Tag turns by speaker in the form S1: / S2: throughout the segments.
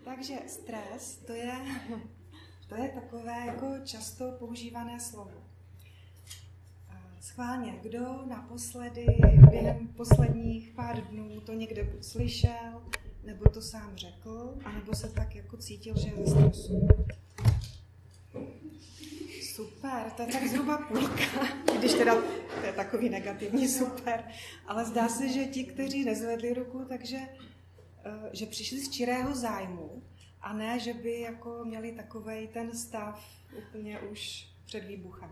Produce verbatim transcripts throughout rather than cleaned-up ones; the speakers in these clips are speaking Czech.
S1: Takže stres, to je, to je takové jako často používané slovo. Schválně, kdo naposledy během posledních pár dnů to někde buď slyšel, nebo to sám řekl, anebo se tak jako cítil, že je ve stresu. Super, to je tak zhruba půlka, když teda to je takový negativní super, ale zdá se, že ti, kteří nezvedli ruku, takže že přišli z čirého zájmu a ne, že by jako měli takovej ten stav úplně už před výbuchem.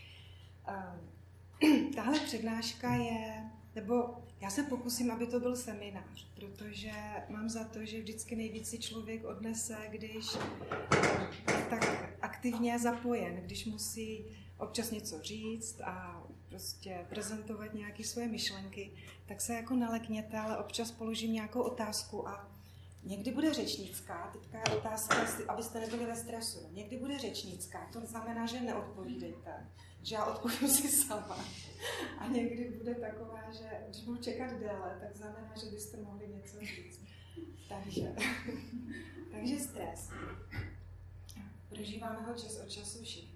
S1: Tahle přednáška je, nebo já se pokusím, aby to byl seminář, protože mám za to, že vždycky nejvíc si člověk odnese, když je tak aktivně zapojen, když musí občas něco říct a prostě prezentovat nějaké svoje myšlenky, tak se jako nalekněte, ale občas položím nějakou otázku a někdy bude řečnická, teďka je otázka, abyste nebyli ve stresu. Někdy bude řečnická, to znamená, že neodpovídejte, že já odpovím si sama. A někdy bude taková, že když budu čekat déle, tak znamená, že byste mohli něco říct. Takže, takže stres. Prožíváme ho čas od času všichni.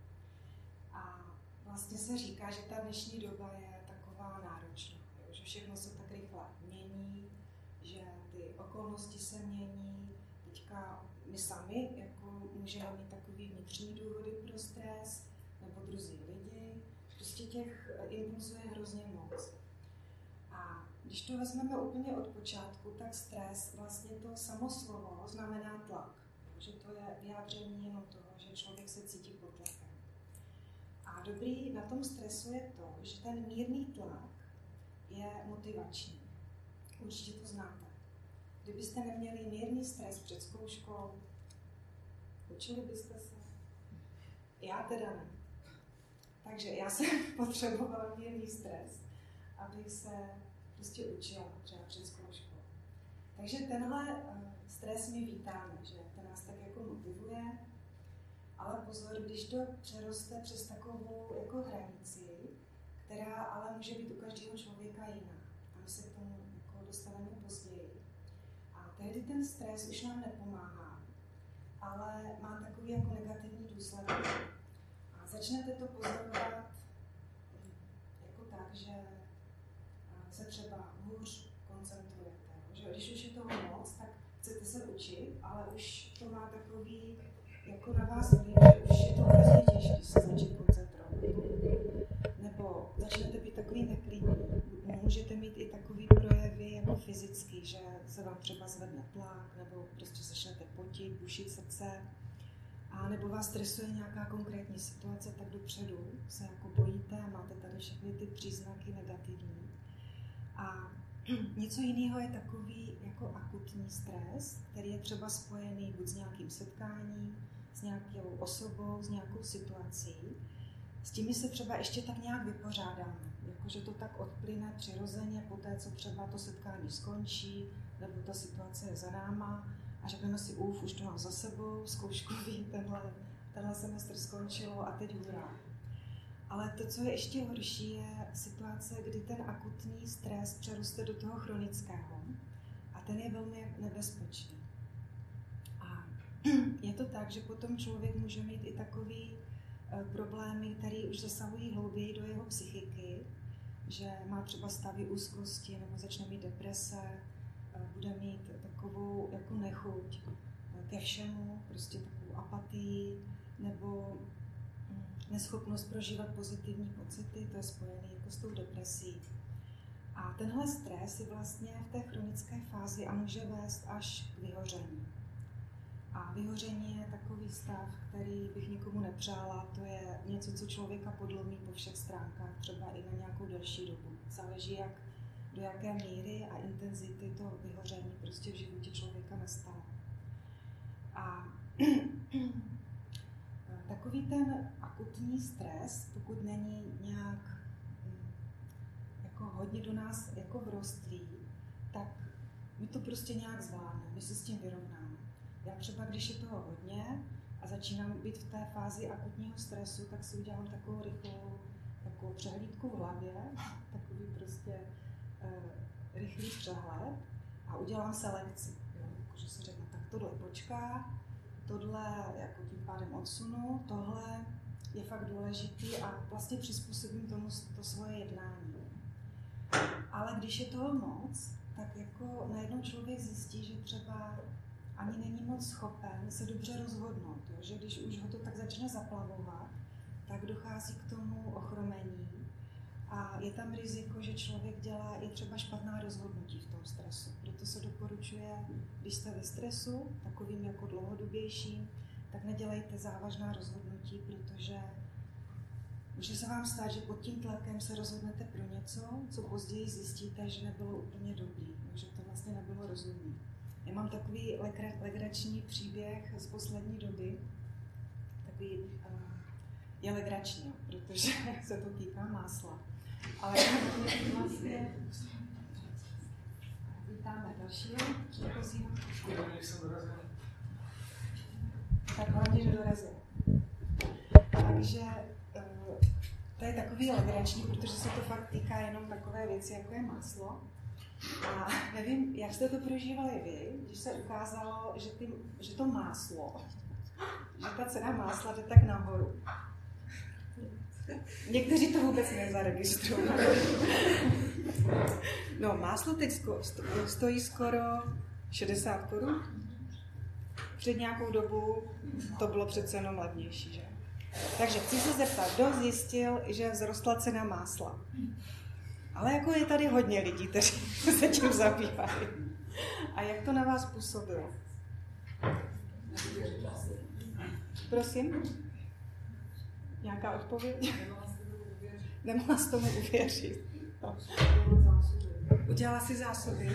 S1: A vlastně se říká, že ta dnešní doba je taková náročná, že všechno se tak rychle mění, že ty okolnosti se mění. Teďka my sami jako můžeme mít takový vnitřní důvody pro stres, nebo druzí lidi. Prostě těch impulzů je hrozně moc. A když to vezmeme úplně od počátku, tak stres, vlastně to samo slovo znamená tlak. Že to je vyjádření jenom toho, že člověk se cítí pod tlakem. A dobrý na tom stresu je to, že ten mírný tlak je motivační. Určitě to znáte. Kdybyste neměli mírný stres před zkouškou, učili byste se? Já teda ne. Takže já jsem potřebovala mírný stres, abych se prostě učila třeba před zkouškou. Takže tenhle stres my vítáme, že ten nás tak jako motivuje, ale pozor, když to přeroste přes takovou jako hranici, která ale může být u každého člověka jiná. A my se k tomu jako dostaneme později. A tehdy ten stres už nám nepomáhá, ale má takový jako negativní důsledek. A začnete to pozorovat jako tak, že se třeba hůř koncentrujete. Že když už je toho moc, tak chcete se učit, ale už to má takový jako na vás vliv, že už je to hrozně těžké se začít koncentrovat. Nebo začnete být takový neklidný. Můžete mít i takový projevy jako fyzický, že se vám třeba zvedne tlak, nebo prostě začnete potit, bušit srdce. A nebo vás stresuje nějaká konkrétní situace, tak dopředu se jako bojíte a máte tady všechny ty příznaky negativní. A něco jiného je takový jako akutní stres, který je třeba spojený buď s nějakým setkáním, s nějakou osobou, s nějakou situací. S tím se třeba ještě tak nějak vypořádáme, jakože to tak odplyne přirozeně po té, co třeba to setkání skončí, nebo ta situace je za náma a řekneme si, uf, už to mám za sebou, zkouškový, tenhle, tenhle semestr skončilo a teď hurá. Ale to, co je ještě horší, je situace, kdy ten akutní stres přeroste do toho chronického a ten je velmi nebezpečný. A je to tak, že potom člověk může mít i takový e, problémy, které už zasahují hlouběji do jeho psychiky, že má třeba stavy úzkosti nebo začne mít deprese, e, bude mít takovou jako nechuť ke všemu, prostě takovou apatii nebo neschopnost prožívat pozitivní pocity, to je spojené jako s tou depresí. A tenhle stres je vlastně v té chronické fázi a může vést až k vyhoření. A vyhoření je takový stav, který bych nikomu nepřála, to je něco, co člověka podlomí po všech stránkách, třeba i na nějakou delší dobu. Záleží, jak, do jaké míry a intenzity to vyhoření prostě v životě člověka nastane. A takový ten akutní stres, pokud není nějak jako hodně do nás jako vrostlý, tak my to prostě nějak zvládneme, my se s tím vyrovnáme. Já třeba, když je toho hodně a začínám být v té fázi akutního stresu, tak si udělám takovou rychlou takovou přehlídku v hlavě, takový prostě uh, rychlý přehled a udělám selekci. Jo? Jakože si řeknu, tak tohle počká, tohle jako tím pádem odsunu, tohle je fakt důležitý a vlastně přizpůsobím tomu to svoje jednání. Ale když je toho moc, tak jako najednou člověk zjistí, že třeba ani není moc schopen se dobře rozhodnout, jo? Že když už ho to tak začne zaplavovat, tak dochází k tomu ochromení a je tam riziko, že člověk dělá i třeba špatná rozhodnutí v tom stresu. Proto se doporučuje, když jste ve stresu, takovým jako dlouhodobějším, tak nedělejte závažná rozhodnutí, protože může se vám stát, že pod tím tlakem se rozhodnete pro něco, co později zjistíte, že nebylo úplně dobrý, že to vlastně nebylo rozumné. Já mám takový legrační příběh z poslední doby, takový uh, je legrační, protože se to týká másla. Ale vlastně vítáme dalšího předchozího. Tak hlavně, že dorazil. Takže uh, to je takový legrační, protože se to fakt týká jenom takové věci, jako je máslo. A nevím, jak jste to prožívali vy, když se ukázalo, že, ty, že to máslo, že ta cena másla jde tak nahoru. Někteří to vůbec nezaregistrovali. No, máslo teď stojí skoro šedesát korun. Před nějakou dobu to bylo přece jenom levnější, že? Takže chci se zeptat, kdo zjistil, že vzrostla cena másla? Ale jako je tady hodně lidí, kteří se tím zabývají. A jak to na vás působilo? Prosím? Nějaká odpověď? Nemohla s tomu uvěřit. Udělala si zásoby?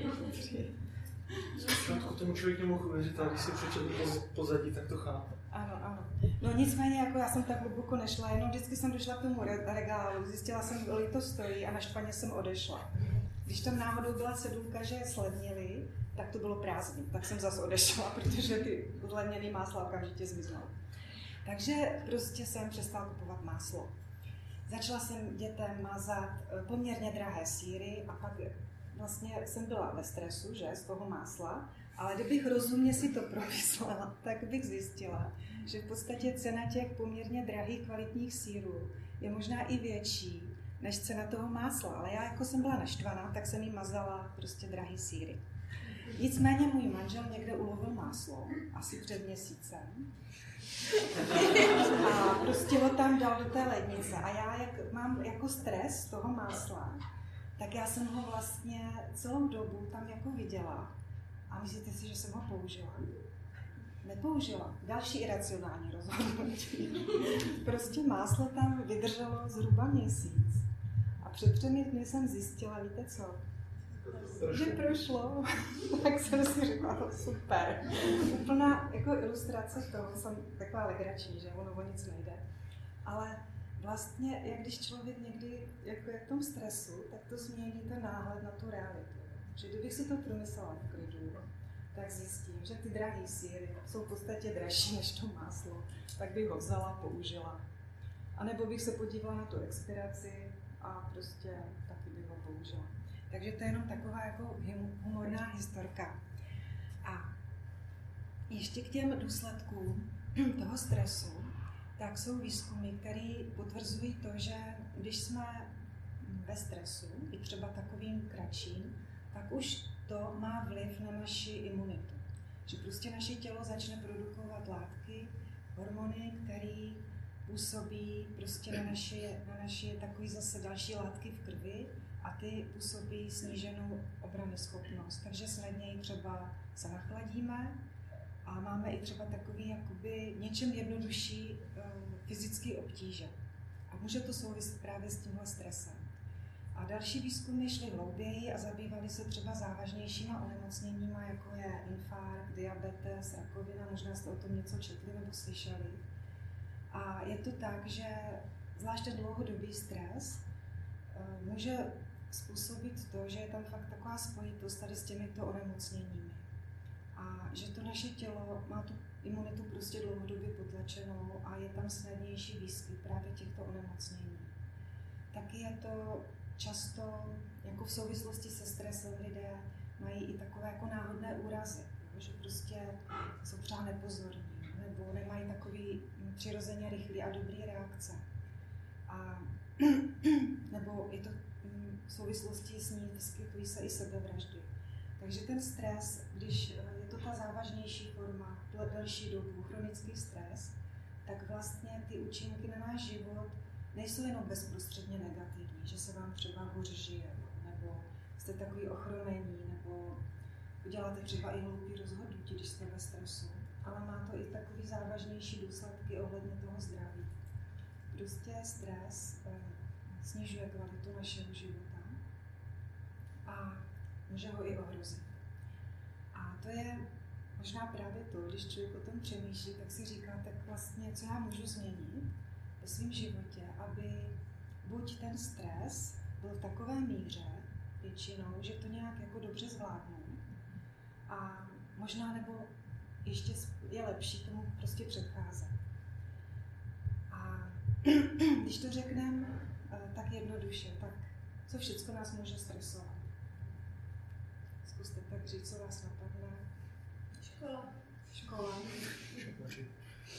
S2: Zkrátku tomu člověk nemohl uvěřit, ale když si přečetl pozadí, tak to chápu.
S1: Ano, ano. No nicméně, jako já jsem tak hluboko nešla, jenom vždycky jsem došla k tomu regálu, zjistila jsem, kolik to stojí a naštvaně jsem odešla. Když tam náhodou byla cedulka, že slevnili, tak to bylo prázdný, tak jsem zase odešla, protože ty zlevněný másla okamžitě zmiznou. Takže prostě jsem přestala kupovat máslo. Začala jsem dětem mazat poměrně drahé sýry a pak vlastně jsem byla ve stresu, že, z toho másla, ale kdybych rozumně si to promyslela, tak bych zjistila, že v podstatě cena těch poměrně drahých kvalitních sýrů je možná i větší než cena toho másla. Ale já jako jsem byla naštvaná, tak jsem jí mazala prostě drahý sýry. Nicméně můj manžel někde ulovil máslo, asi před měsícem. A prostě ho tam dal do té lednice. A já, jak mám jako stres z toho másla, tak já jsem ho vlastně celou dobu tam jako viděla. A myslíte si, že jsem ho použila? Nepoužila. Další iracionální rozhodnutí. Prostě máslo tam vydrželo zhruba měsíc. A před třemi dny jsem zjistila, víte co? Že prošlo. Tak jsem si řekla, super. Úplná jako ilustrace toho, jsem taková legrační, že ono o nic nejde. Ale vlastně, jak když člověk někdy jako je v tom stresu, tak to změní ten náhled na tu realitu. Že kdybych si to promyslela v klidu, tak zjistím, že ty drahé sýry jsou v podstatě dražší než to máslo, tak bych ho vzala, použila. A nebo bych se podívala na tu expiraci a prostě taky bych ho použila. Takže to je jenom taková jako humorná historka. A ještě k těm důsledkům toho stresu, tak jsou výzkumy, které potvrzují to, že když jsme ve stresu, i třeba takovým kratším, tak už to má vliv na naši imunitu. Že prostě naše tělo začne produkovat látky, hormony, které působí prostě na naše, na naše takové zase další látky v krvi a ty působí sníženou obranyschopnost. Takže snadněji třeba se nachladíme a máme i třeba takový jakoby něčem jednodušší um, fyzický obtíže. A může to souviset právě s tímhle stresem. A další výzkumy šly hlouběji a zabývaly se třeba závažnějšíma onemocněníma, jako je infarkt, diabetes, rakovina, možná jste o tom něco četli nebo slyšeli. A je to tak, že zvlášť ten dlouhodobý stres uh, může způsobit to, že je tam fakt taková spojitost tady s těmito onemocněními. A že to naše tělo má tu imunitu prostě dlouhodobě potlačenou a je tam snadnější výskyt právě těchto onemocnění. Taky je to často, jako v souvislosti se stresem lidé mají i takové jako náhodné úrazy, že prostě nepozorní, nebo nemají takový přirozeně rychlý a dobrý reakce. A nebo je to v souvislosti s ní vyskytují se i sebevraždy. Takže ten stres, když je to ta závažnější forma, delší dobu, chronický stres, tak vlastně ty účinky na náš život nejsou jenom bezprostředně negativní, že se vám třeba hůř žije, nebo jste takový ochromení, nebo uděláte třeba i hloupý rozhodnutí, když jste ve stresu, ale má to i takový závažnější důsledky ohledně toho zdraví. Prostě stres eh, snižuje kvalitu našeho života a může ho i ohrozit. A to je možná právě to, když člověk o tom přemýšlí, tak si říká, tak vlastně, co já můžu změnit ve svém životě, aby buď ten stres byl v takové míře většinou, že to nějak jako dobře zvládnu, a možná nebo ještě je lepší tomu prostě předcházet. A když to řekneme tak jednoduše, tak co všechno nás může stresovat? Zkuste tak říct, co vás napadne.
S3: Škola.
S1: Škola.
S2: Zubaři.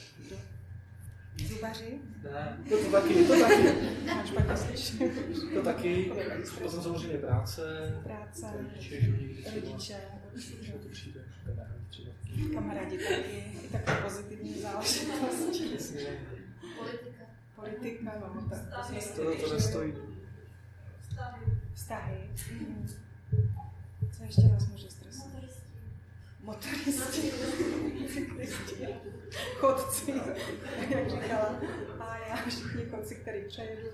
S1: Zubaři?
S2: Ne, to, to taky, to taky.
S1: Máš špatně slyšet.
S2: To taky. Potom samozřejmě práce.
S1: Práce.
S2: Rodiče, žení,
S1: Rodiče.
S2: Rodiče. To přijde. Třeba.
S1: Kamarádi taky. I takové pozitivní záležitosti.
S3: Politika.
S1: Politika, no. Tak,
S2: to, to nestojí.
S3: Vztahy.
S1: Vztahy. Mm. Co ještě nás může stresovat?
S3: Motoristi.
S1: Motoristi. Cyklisti. Chodci. Jak říkala. A já všichni chodci, který přejedu.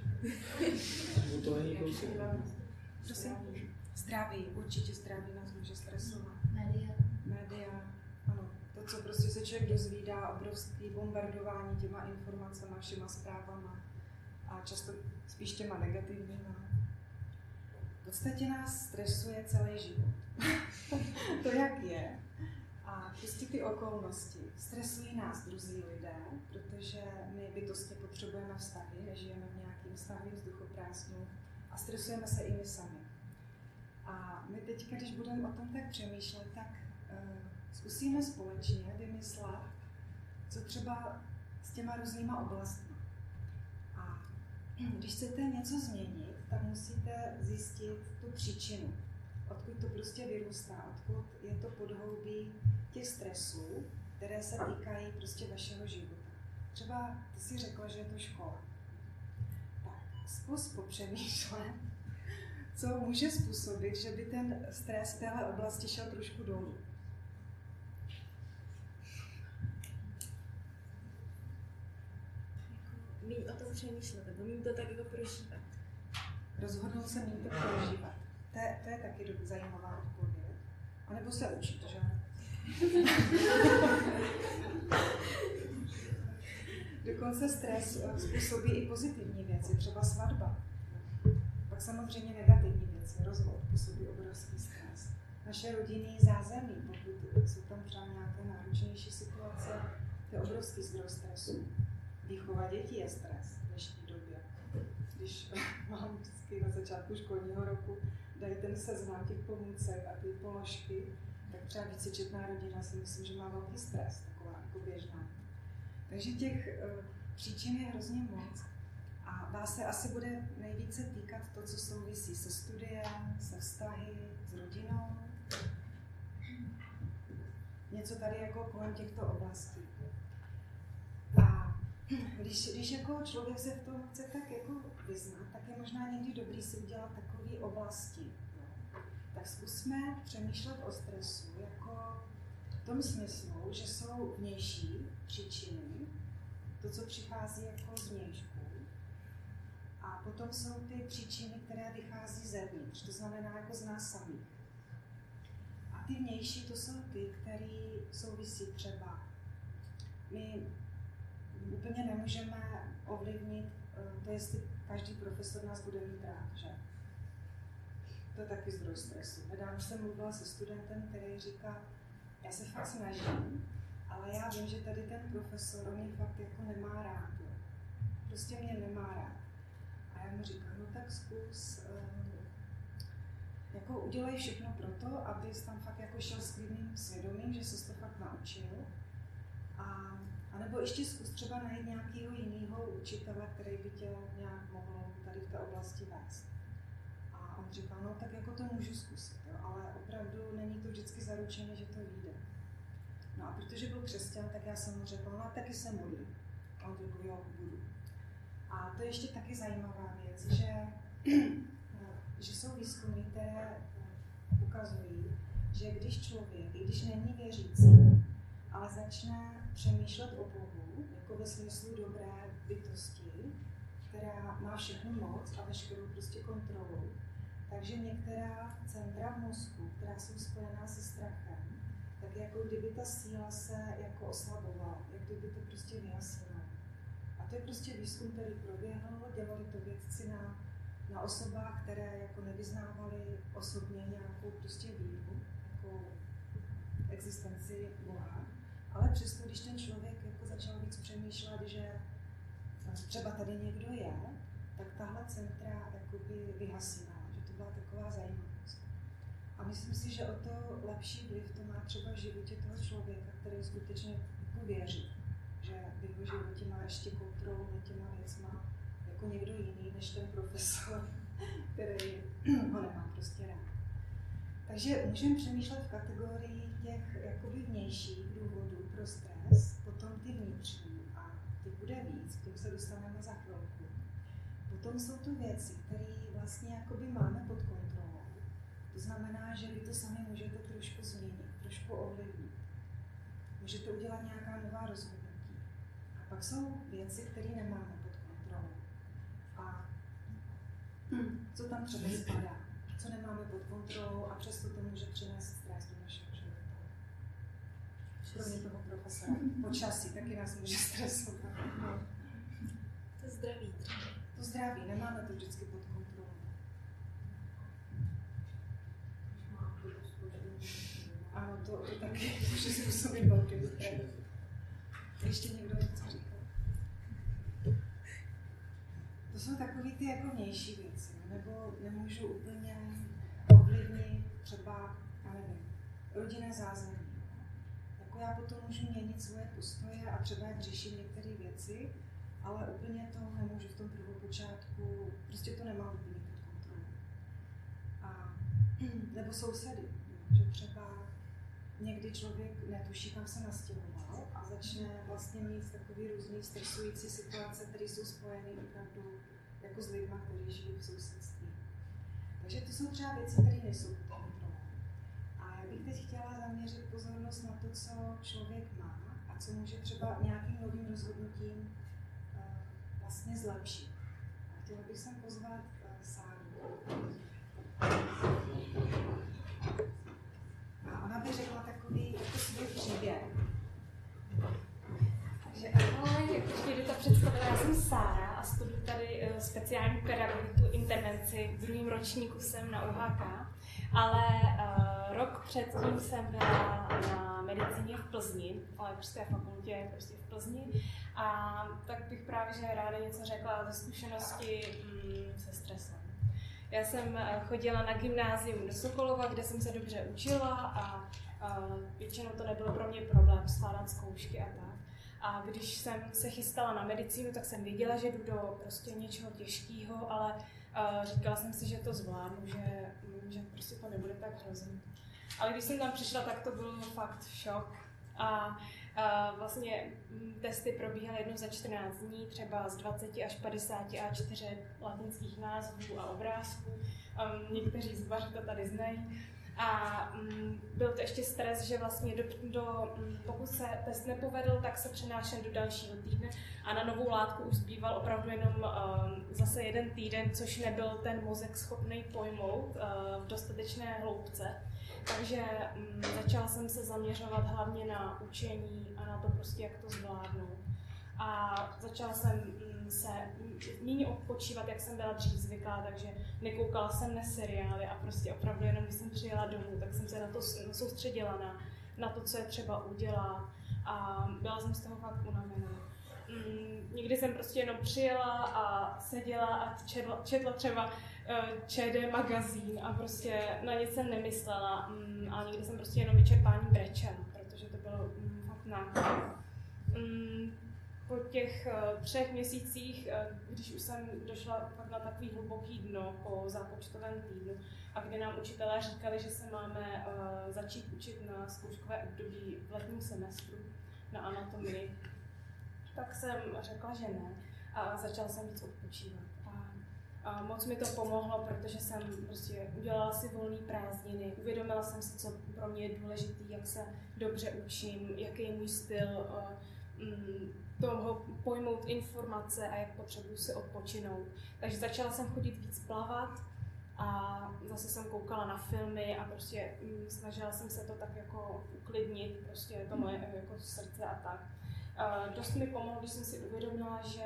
S2: To není chodci.
S1: Prosím? Zdraví. Určitě zdraví nás může stresovat.
S3: Média.
S1: Média. Ano. To, co prostě se člověk dozvídá, obrovský bombardování těma informacemi, všema zprávama. A často spíš těma negativníma. V podstatě nás stresuje celý život. To, jak je. A prostě ty okolnosti. Stresují nás druzí lidé, protože my bytostně potřebujeme vztahy, nežijeme v nějakým vztahu vzduchoprázdnu a stresujeme se i my sami. A my teďka, když budeme o tom tak přemýšlet, tak uh, zkusíme společně vymyslet, co třeba s těma různýma oblastmi. A když chcete něco změnit, tak musíte zjistit tu příčinu, odkud to prostě vyrůstá, odkud je to podhoubí těch stresů, které se týkají prostě vašeho života. Třeba ty si řekla, že je to škola. Tak zkus popřemýšlet, co může způsobit, že by ten stres v téhle oblasti šel trošku dolů.
S3: Míň o tom přemýšlet, nebo míň to tak jako prožívat.
S1: Rozhodnout se míň to prožívat. To je, to je taky doby zajímavá odpověď. A nebo se učit, že? Dokonce stres způsobí i pozitivní věci, třeba svatba. Pak samozřejmě negativní věci, rozvod působí obrovský stres. Naše rodinný zázemí, pokud jsou tam třeba nějaké náročnější situace, to je obrovský zdroj stresu. Výchova dětí je stres v dnešní době. Když mám vždycky na začátku školního roku dají ten seznam těch pomůcek a ty položky, tak třeba vícečetná rodina si myslím, že má velký stres, taková jako běžná. Takže těch uh, příčin je hrozně moc a vás se asi bude nejvíce týkat to, co souvisí se studiem, se vztahy, s rodinou. Něco tady jako kolem těchto oblastí. A když, když jako člověk se v tom chce tak jako vyznat, tak je možná někdy dobrý si udělat takové oblasti. No. Tak zkusme přemýšlet o stresu jako v tom smyslu, že jsou vnější příčiny, to, co přichází jako zvnějšku, a potom jsou ty příčiny, které vychází zevnitř, to znamená jako z nás samých. A ty vnější, to jsou ty, které souvisí třeba. My úplně nemůžeme ovlivnit to, jestli každý profesor nás bude mít rád, že? To je taky zdroj stresu. Nedávno jsem mluvila se studentem, který říká, já se fakt snažím, ale já vím, že tady ten profesor, on mě fakt jako nemá rád. Jo. Prostě mě nemá rád. A já mu říkám, no tak zkus, um, jako udělej všechno pro to, abys tam fakt jako šel s klidným svědomím, že ses to fakt naučil. ještě zkus třeba najít nějakého jiného učitele, který by tě nějak mohl tady v té oblasti vést. A on říkal, no tak jako to můžu zkusit, jo, ale opravdu není to vždycky zaručené, že to vyjde. No a protože byl křesťan, tak já jsem mu řekla, no a taky se modlím. A on řekl, jo, budu. A to je ještě taky zajímavá věc, že, že jsou výzkumy, které ukazují, že když člověk, i když není věřící, ale začne přemýšlet o Bohu, jako ve smyslu dobré bytosti, která má všechnu moc a veškerou prostě kontrolu, takže některá centra v mozku, která jsou spojená se strachem, tak jako kdyby ta síla se jako oslabovala, jak kdyby to prostě vyhasilo. A to je prostě výzkum, který proběhl, dělali to vědci na, na osobách, které jako nevyznávaly osobně nějakou prostě víru, jako existenci Boha. Ale přesto, když ten člověk jako začal víc přemýšlet, že třeba tady někdo je, tak tahle centra jakoby vyhasínala, že to byla taková zajímavost. A myslím si, že o to lepší vliv to má třeba v životě toho člověka, který skutečně jako věří, že v jeho životě má ještě kontrolu nad těma věcma jako někdo jiný, než ten profesor, který ho nemá prostě rád. Takže můžeme přemýšlet v kategorii těch jakoby vnějších důvodů pro stres, potom ty vnitřní a ty bude víc, k tomu se dostaneme za chvilku. Potom jsou to věci, které vlastně jakoby máme pod kontrolou. To znamená, že vy to sami můžete trošku změnit, trošku ovlivnit. Můžete udělat nějaká nová rozhodnutí. A pak jsou věci, které nemáme pod kontrolou. A co tam třeba spadá? Co nemáme pod kontrolou a přesto to může přinést stres do našeho života. Kromě toho profesora. Počasí taky nás může stresovat. No.
S3: To zdraví.
S1: To zdraví, nemáme to vždycky pod kontrolou. Ano, to, to taky může způsobit velký stres. Ještě někdo něco říkal? To jsou takové ty jako vnější věci, nebo nemůžu úplně ovlivnit třeba, já nevím, rodinné zázemí. Jako já potom můžu měnit svoje postoje a třeba jak řeším některé věci, ale úplně to nemůžu v tom prvopočátku, prostě to nemám úplně pod kontrolou. A nebo sousedy, že třeba někdy člověk netuší, kam se nastěhoval a začne vlastně mít takový různý stresující situace, které jsou spojeny opravdu jako s lidmi, kteří žijí v sousedství. Takže to jsou třeba věci, které nejsou pod kontrolou. A já bych teď chtěla zaměřit pozornost na to, co člověk má a co může třeba nějakým novým rozhodnutím uh, vlastně zlepšit. A chtěla bych sem pozvat uh, Sáru. A ona by řekla takový jako svůj příběh.
S4: Takže ahoj, jak už mě to představila, já jsem Sára a studuji tady speciální pedagogiku intervenci. V druhém ročníku jsem na U H K, ale uh, rok předtím jsem byla na medicíně v Plzni, ale lékařské fakultě prostě v Plzni. A tak bych právě že ráda něco řekla ze zkušenosti mm, se stresem. Já jsem chodila na gymnázium do Sokolova, kde jsem se dobře učila a uh, většinou to nebylo pro mě problém skládat zkoušky a tak. A když jsem se chystala na medicínu, tak jsem věděla, že jdu do prostě něčeho těžkého, ale uh, říkala jsem si, že to zvládnu, že, že prostě to nebude tak hrozný. Ale když jsem tam přišla, tak to byl fakt šok. A uh, vlastně testy probíhaly jednou za čtrnáct dní, třeba z dvaceti až padesáti A čtyři latinských názvů a obrázků. Um, někteří z vás to tady znají. A um, byl to ještě stres, že vlastně do, do, um, pokud se test nepovedl, tak se přenášel do dalšího týdne a na novou látku už zbýval opravdu jenom um, zase jeden týden, což nebyl ten mozek schopný pojmout uh, v dostatečné hloubce. Takže um, začala jsem se zaměřovat hlavně na učení a na to prostě, jak to zvládnout. A začala jsem um, se méně odpočívat, jak jsem byla dřív zvyklá, takže nekoukala jsem na seriály a prostě opravdu jenom, když jsem přijela domů, tak jsem se na to soustředila, na, na to, co je třeba udělat a byla jsem z toho fakt unavená. Mm, někdy jsem prostě jenom přijela a seděla a četla, četla třeba uh, Č D magazín a prostě na nic jsem nemyslela, mm, ale někdy jsem prostě jenom vyčerpání brečela, protože to bylo mm, fakt nákladné. Mm, těch uh, třech měsících, uh, když už jsem došla fakt na takový hluboký dno po zápočtovém týdnu, a kdy nám učitelé říkali, že se máme uh, začít učit na zkouškové období v letním semestru na anatomii, tak jsem řekla, že ne a začala jsem víc odpočívat. A, a moc mi to pomohlo, protože jsem prostě udělala si volné prázdniny, uvědomila jsem si, co pro mě je důležité, jak se dobře učím, jaký je můj styl, uh, um, toho pojmout informace a jak potřebuji si odpočinout. Takže začala jsem chodit víc plavat a zase jsem koukala na filmy a prostě um, snažila jsem se to tak jako uklidnit, prostě to moje jako srdce a tak. Uh, dost mi pomohlo, když jsem si uvědomila, že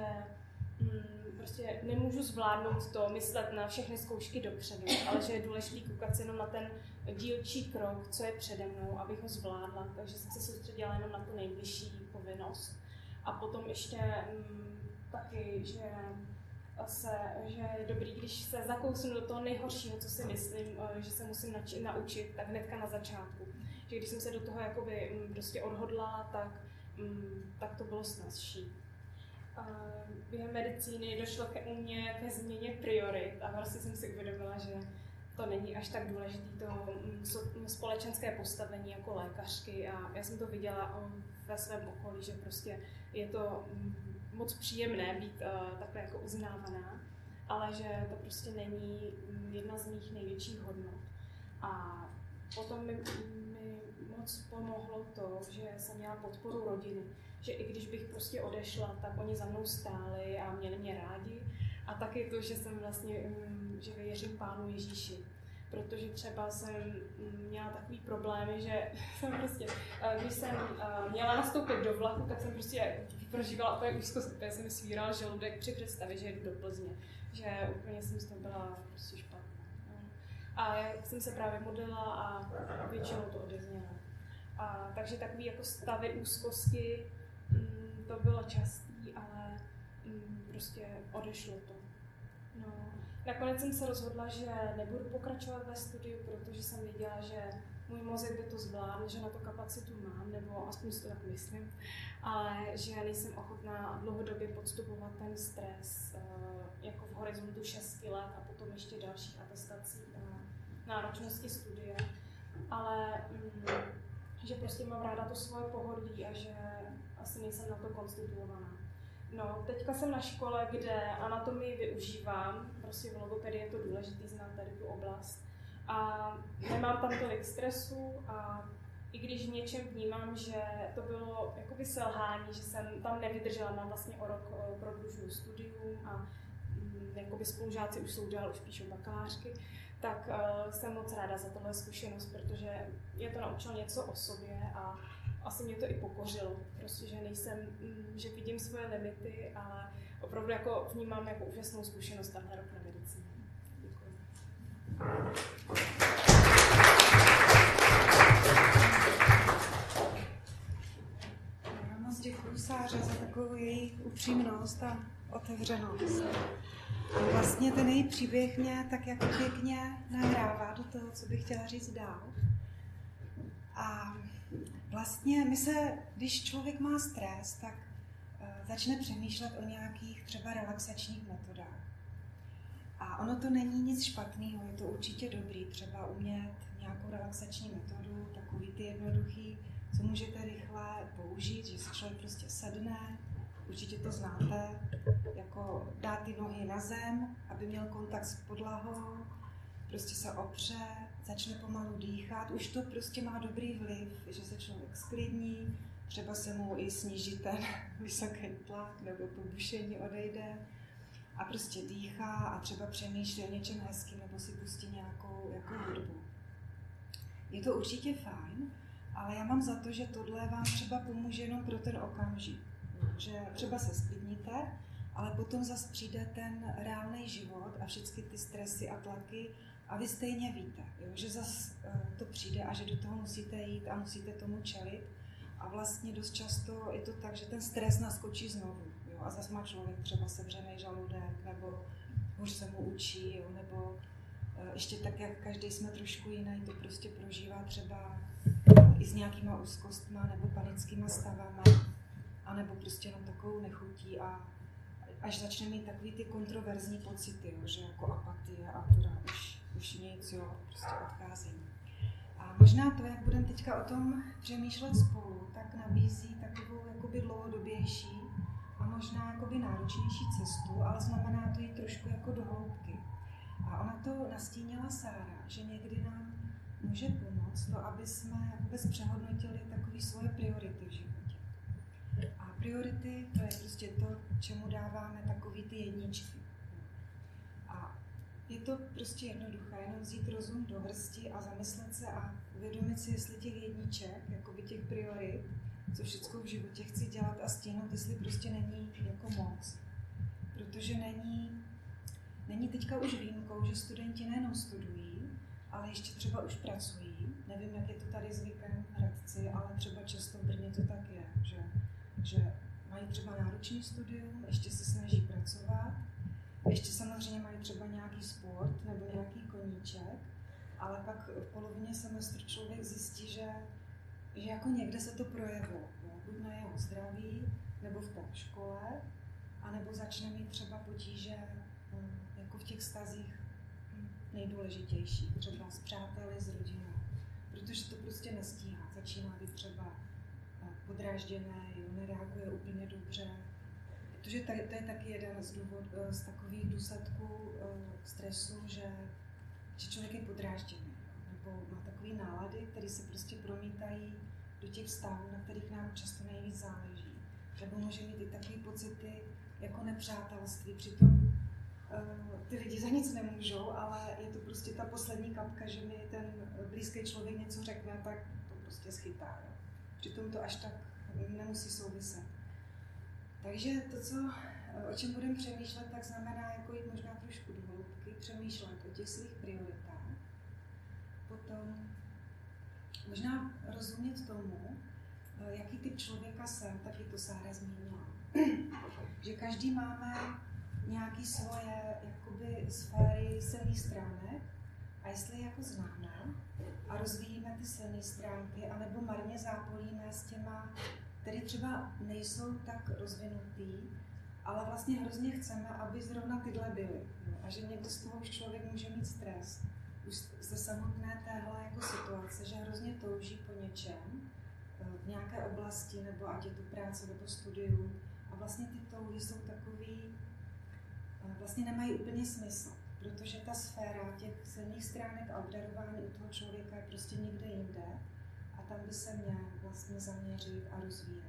S4: mm, prostě nemůžu zvládnout to, myslet na všechny zkoušky dopředu, ale že je důležité koukat se jenom na ten dílčí krok, co je přede mnou, abych ho zvládla. Takže jsem se soustředila jenom na tu nejbližší povinnost. A potom ještě mm, taky, že, se, že je dobrý, když se zakousnu do toho nejhoršího, co si myslím, že se musím nači- naučit, tak hnedka na začátku. Že když jsem se do toho jakoby mm, prostě odhodlala, tak Mm, tak to bylo snazší. Uh, během medicíny došlo ke u mě ke změně priorit a vlastně jsem si uvědomila, že to není až tak důležité to um, společenské postavení jako lékařky a já jsem to viděla um, ve svém okolí, že prostě je to um, moc příjemné být uh, takhle jako uznávaná, ale že to prostě není um, jedna z mých největších hodnot. A potom mi, mi moc pomohlo to, že jsem měla podporu rodiny, že i když bych prostě odešla, tak oni za mnou stáli a měli mě rádi. A taky to, že jsem vlastně, že věřím Pánu Ježíši. Protože třeba jsem měla takový problémy, že jsem prostě, když jsem měla nastoupit do vlaku, tak jsem prostě prožívala úplně úzkost, protože jsem svíral žaludek při představě, že jdu do Plzně. Že úplně jsem z toho byla prostě špatná. A já jsem se právě modlila a většinou to odeznělo. A takže takový jako stavy úzkosti, mm, to bylo častý, ale mm, prostě odešlo to. No. Nakonec jsem se rozhodla, že nebudu pokračovat ve studiu, protože jsem věděla, že můj mozek by to zvládl, že na to kapacitu mám, nebo aspoň si to tak myslím, ale že nejsem ochotná dlouhodobě podstupovat ten stres jako v horizontu šesti let a potom ještě dalších atestací a náročnosti studia, ale mm, že prostě mám ráda to svoje pohodlí a že asi nejsem na to konstituovaná. No, teďka jsem na škole, kde anatomii využívám, prostě v logopedii je to důležité znát tady tu oblast. A nemám tam tolik stresu a i když v něčem vnímám, že to bylo jakoby selhání, že jsem tam nevydržela, mám vlastně o rok prodlužuju studium a mm, jakoby spolužáci už jsou dál, už píšou bakalářky, tak uh, jsem moc ráda za tohle zkušenost, protože mě to naučilo něco o sobě a asi mě to i pokořilo, prostě, že nejsem, že vidím svoje limity, ale opravdu jako vnímám jako úžasnou zkušenost tenhle rok na medicíně. Děkuji.
S1: Já moc děkuji Sáře za takovou její upřímnost a otevřenost. Vlastně ten její příběh mě tak jako pěkně nahrává do toho, co bych chtěla říct dál. A vlastně my se, když člověk má stres, tak uh, začne přemýšlet o nějakých třeba relaxačních metodách. A ono to není nic špatného, je to určitě dobrý, třeba umět nějakou relaxační metodu, takový ty jednoduchý, co můžete rychle použít, že si člověk prostě sedne, určitě to znáte, jako dát ty nohy na zem, aby měl kontakt s podlahou, prostě se opře, začne pomalu dýchat, už to prostě má dobrý vliv, že se člověk sklidní, třeba se mu i sníží ten vysoký tlak nebo to bušení odejde a prostě dýchá a třeba přemýšlí o něčem hezkým nebo si pustí nějakou jako hudbu. Je to určitě fajn, ale já mám za to, že tohle vám třeba pomůže jenom pro ten okamžik, že třeba se sklidníte, ale potom zase přijde ten reálný život a všechny ty stresy a tlaky a vy stejně víte, jo, že zase to přijde a že do toho musíte jít a musíte tomu čelit. A vlastně dost často je to tak, že ten stres naskočí znovu. Jo, a zase má člověk třeba sevřený žaludek, nebo už se mu učí, jo, nebo ještě tak, jak každý jsme trošku jiný, to prostě prožívá třeba i s nějakýma úzkostma nebo panickýma stavama. A anebo prostě jenom takovou nechutí a až začne mít takový ty kontroverzní pocity, jo, že jako apatie a teda už, už nic, jo, prostě odchází. A možná to, jak budeme teďka o tom přemýšlet spolu, tak nabízí takovou jakoby dlouhodobější a možná jakoby náročnější cestu, ale znamená to jít trošku jako do hloubky. A ona to nastínila Sára, že někdy nám může pomoct to, aby jsme vůbec přehodnotili takové svoje priority v životě. A priority, to je prostě to, čemu dáváme takový ty jedničky. A je to prostě jednoduché, jenom vzít rozum do hrsti a zamyslet se a uvědomit si, jestli těch jedniček, jakoby těch priorit, co všechno v životě chci dělat a stihnout, jestli prostě není jako moc. Protože není, není teďka už výjimkou, že studenti nejenom studují, ale ještě třeba už pracují. Nevím, jak je to tady zvykem v Hradci, ale třeba často v Brně to tak je, že, že mají třeba náročný studium, ještě se snaží pracovat, ještě samozřejmě mají třeba nějaký sport nebo nějaký koníček, ale pak v polovině semestru člověk zjistí, že, že jako někde se to projevilo, buď na jeho zdraví, nebo v té škole, anebo začne mít třeba potíže jako v těch vztazích nejdůležitější, třeba s přáteli, s rodinou, protože to prostě nestíhá. Začíná být třeba podrážděné, jo, nereaguje úplně dobře, protože to je taky jeden z, důvod, z takových důsledků stresu, že, že člověk je podrážděný, nebo má takové nálady, které se prostě promítají do těch vztahů, na kterých nám často nejvíc záleží. Nebo může mít i takové pocity jako nepřátelství, přitom ty lidi za nic nemůžou, ale je to prostě ta poslední kapka, že mi ten blízký člověk něco řekne, tak to prostě schytá. Jo. Přitom to až tak nemusí souviset. Takže to, co, o čem budeme přemýšlet, tak znamená jako jít možná trošku do hloubky, přemýšlet o těch svých prioritách. Potom možná rozumět tomu, jaký typ člověka jsem, taky to Sára zmínila. Že každý máme nějaké svoje jakoby, sféry silných stránek a jestli je jako známe a rozvíjíme ty silné stránky, anebo marně zápolíme s těma, které třeba nejsou tak rozvinutý, ale vlastně hrozně chceme, aby zrovna tyhle byly. No, a že někdy z toho už člověk může mít stres. Už ze samotné téhle jako situace, že hrozně touží po něčem, v nějaké oblasti, nebo ať je to práce nebo studium. A vlastně ty touhy jsou takový, vlastně nemají úplně smysl, protože ta sféra těch silných stránek a obdarování u toho člověka je prostě někde jinde a tam by se měl vlastně zaměřit a rozvíjet.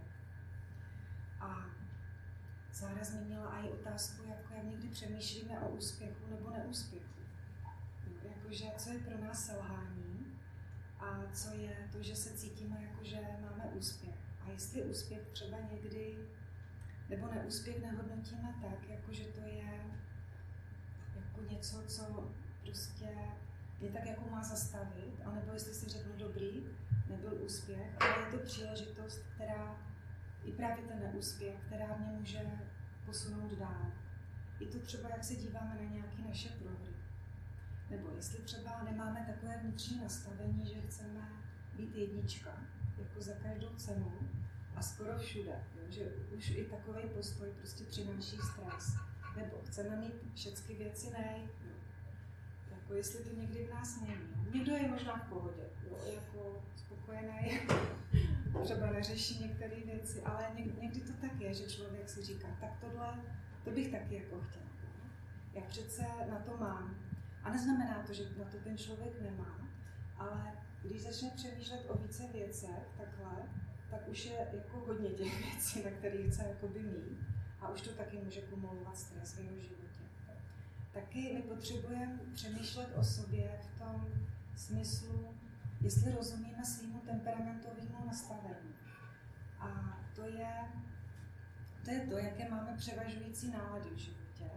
S1: A Sára zmínila i otázku, jako jak někdy přemýšlíme o úspěchu nebo neúspěchu. No, jakože, co je pro nás selhání a co je to, že se cítíme jako, že máme úspěch. A jestli úspěch třeba někdy nebo neúspěch nehodnotíme tak, jako že to je jako něco, co prostě je tak jako má zastavit, anebo jestli si řeknu dobrý, nebyl úspěch, ale je to příležitost, která, i právě ten neúspěch, která mě může posunout dál. I to třeba, jak se díváme na nějaké naše prohry. Nebo jestli třeba nemáme takové vnitřní nastavení, že chceme být jednička, jako za každou cenu, a skoro všude, jo, že už i takový postoj prostě přináší stres. Nebo chceme mít všechny věci nej, jo. Jako jestli to někdy v nás není. Někdo je možná v pohodě, jo, jako spokojený, třeba neřeší některé věci, ale někdy to tak je, že člověk si říká, tak tohle, to bych taky jako chtěl. Jo. Já přece na to mám. A neznamená to, že na to ten člověk nemá, ale když začne přemýšlet o více věcech takhle, tak už je jako hodně těch věcí, na které chce jakoby mít a už to taky může kumulovat stres v jeho životě. Taky my potřebujeme přemýšlet o sobě v tom smyslu, jestli rozumíme svýmu temperamentovému nastavení. A to je, to je to, jaké máme převažující nálady v životě.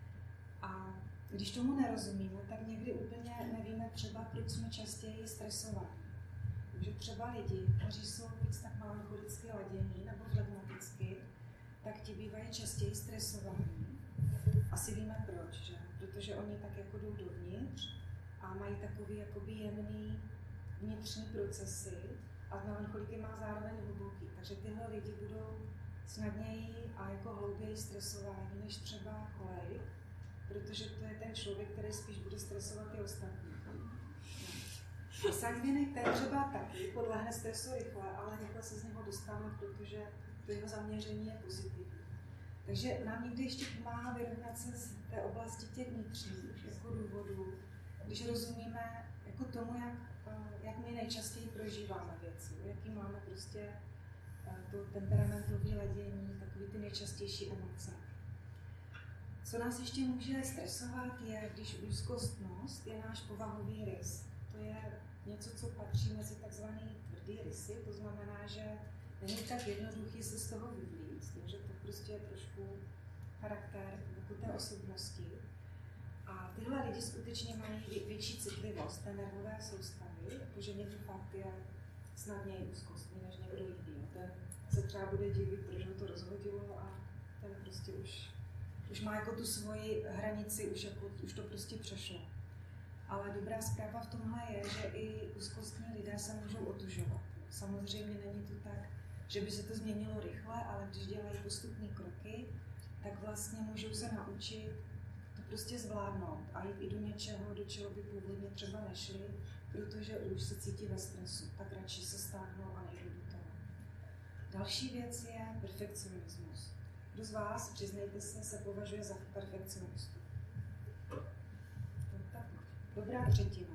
S1: A když tomu nerozumíme, tak někdy úplně nevíme třeba, proč jsme častěji stresovaní. Takže třeba lidi, kteří jsou víc tak melancholicky ladění nebo flegmaticky, tak ti bývají častěji stresovaní. Asi víme proč, že? Protože oni tak jako jdou dovnitř a mají takový jakoby jemný vnitřní procesy a melancholiky má zároveň hluboký. Takže tyhle lidi budou snadněji a jako hlouběji stresování než třeba cholerik, protože to je ten člověk, který spíš bude stresovat i ostatní. A sangvinik ten třeba taky podlehne stresu rychle, ale rychle se z něho dostane, protože to jeho zaměření je pozitivní. Takže nám někdy ještě pomáhá vyrovnat se z té oblasti těch vnitřních jako důvodů, když rozumíme jako tomu, jak, jak my nejčastěji prožíváme věci, jaký máme prostě to temperamentové ladění, takové ty nejčastější emoce. Co nás ještě může stresovat, je, když úzkostnost je náš povahový rys. To je něco, co patří mezi takzvané tvrdé rysy, to znamená, že není tak jednoduchý se z toho vyvlíct, takže to prostě je trošku charakter jako té osobnosti. A tyhle lidi skutečně mají větší citlivost té nervové soustavy, jakože někdo fakt je snadněji úzkostný než někdo jiný. Ten se třeba bude divit, proč ho to rozhodilo a ten prostě už, už má jako tu svoji hranici, už, jako, už to prostě přešlo. Ale dobrá zpráva v tomhle je, že i úzkostní lidé se můžou otužovat. Samozřejmě není to tak, že by se to změnilo rychle, ale když dělají postupné kroky, tak vlastně můžou se naučit to prostě zvládnout a jít i do něčeho, do čeho by původně třeba nešli, protože už se cítí ve stresu, tak radši se stáhnou a nejdou do toho. Další věc je perfekcionismus. Kdo z vás, přiznejte se, se považuje za perfekcionistu? Tak, dobrá třetina.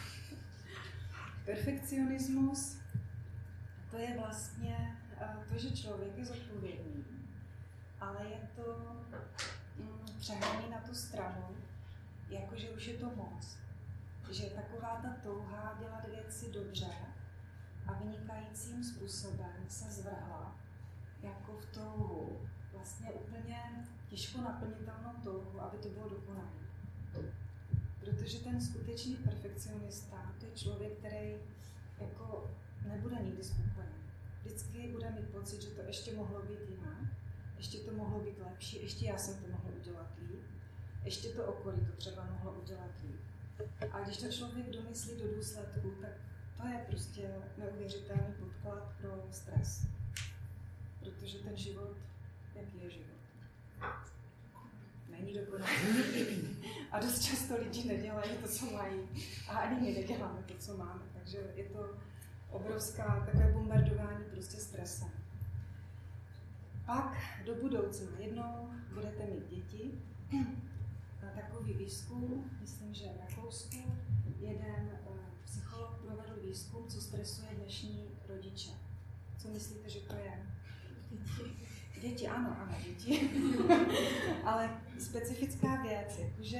S1: Perfekcionismus, to je vlastně to, že člověk je zodpovědný, ale je to mm, přehnaný na tu stranu, jakože už je to moc. Že taková ta touha dělat věci dobře a vynikajícím způsobem se zvrhla jako v touhu, vlastně úplně těžko naplnitelnou touhu, aby to bylo dokonalé. Protože ten skutečný perfekcionista, to je člověk, který jako nebude nikdy spokojený. Vždycky bude mít pocit, že to ještě mohlo být jinak, ještě to mohlo být lepší, ještě já jsem to mohl udělat líp, ještě to okolí to třeba mohlo udělat líp. A když to člověk domyslí do důsledku, tak to je prostě neuvěřitelný podklad pro stres. Protože ten život, jaký je život? Není dokonalý. A dost často lidi nedělají to, co mají. A ani my neděláme to, co máme. Takže je to obrovská takové bombardování prostě stresem. Pak do budoucna jednou budete mít děti. Na takový výzkum, myslím, že v Rakousku, jeden psycholog provedl výzkum, co stresuje dnešní rodiče. Co myslíte, že to je? Děti. Děti, ano, ano, děti. Ale specifická věc, jakože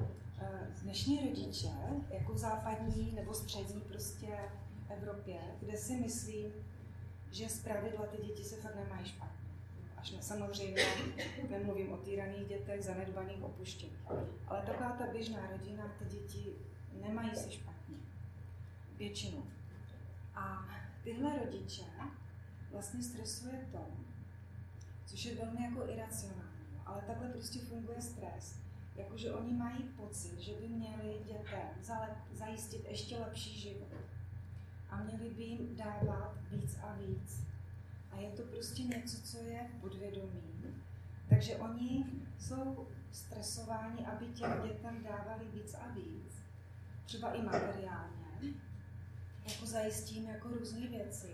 S1: dnešní rodiče, jako v západní nebo střední prostě Evropě, kde si myslím, že zpravidla ty děti se fakt nemají špatně. Až ne, samozřejmě nemluvím o týraných dětech, zanedbaných, opuštěných. Ale taková ta běžná rodina, ty děti nemají si špatně. Většinou. A tyhle rodiče vlastně stresuje to, což je velmi jako iracionální, ale takhle prostě funguje stres. Jakože oni mají pocit, že by měli dětem zajistit ještě lepší život. A měli by jim dávat víc a víc. A je to prostě něco, co je podvědomí. Takže oni jsou stresováni, aby těm dětem dávali víc a víc. Třeba i materiálně. Jako zajistím jako různé věci.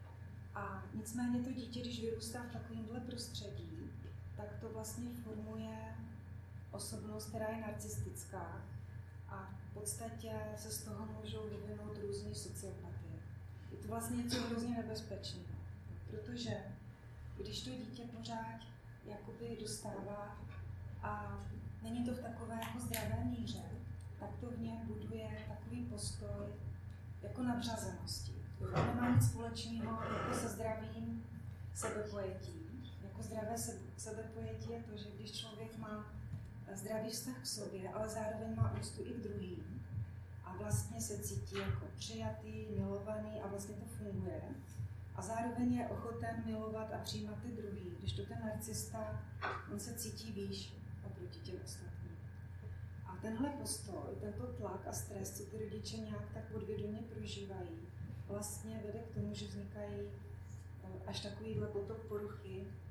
S1: A nicméně to dítě, když vyrůstá v takovémhle prostředí, tak to vlastně formuje osobnost, která je narcistická. A v podstatě se z toho můžou vyvinout různé sociopatie. Je to vlastně něco hrozně nebezpečného. Protože když to dítě pořád jakoby dostává a není to v takové jako zdravé míře, tak to v něm buduje takový postoj jako nadřazenosti. To nemá nic společného jako se zdravým sebepojetím. Jako zdravé sebepojetí je to, že když člověk má zdravý vztah k sobě, ale zároveň má úctu i k druhým a vlastně se cítí jako přijatý, milovaný a vlastně to funguje. A zároveň je ochoten milovat a přijímat ty druhý. Když to ten narcista, on se cítí výš oproti těm ostatním. A tenhle postoj, tento tlak a stres, co ty rodiče nějak tak podvědomě prožívají, vlastně vede k tomu, že vznikají až takovýhle potok poruchy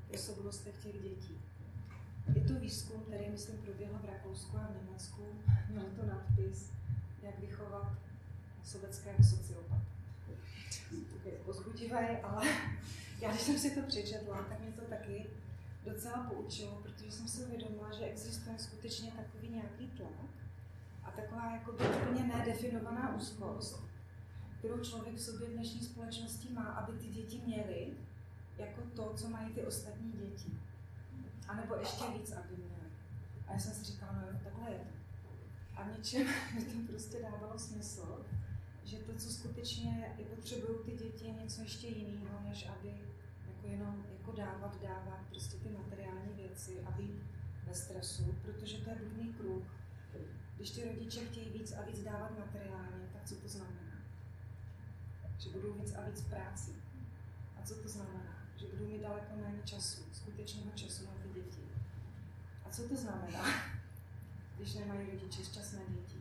S1: osobnostech těch dětí. Je to výzkum, který, myslím, proběhl v Rakousku a v Německu. Měl to nadpis, jak vychovat sovětského sociopata. To je pozbudivé, ale já, když jsem si to přečetla, tak mě to taky docela poučilo, protože jsem si uvědomila, že existuje skutečně takový nějaký tlak a taková jako úplně nedefinovaná úzkost, kterou člověk v sobě v dnešní společnosti má, aby ty děti měly jako to, co mají ty ostatní děti. A nebo ještě víc, aby měly. A já jsem si říkala, no jo, takhle je to. A v něčem mi to prostě dávalo smysl, že to, co skutečně potřebují ty děti, je něco ještě jiného, než aby jako jenom jako dávat, dávat prostě ty materiální věci a být ve stresu, protože to je bludný kruh. Když ty rodiče chtějí víc a víc dávat materiálně, tak co to znamená? Že budou víc a víc práci. A co to znamená? Že budou mít daleko méně času, skutečného času na ty děti. A co to znamená, když nemají rodiče šťastné děti?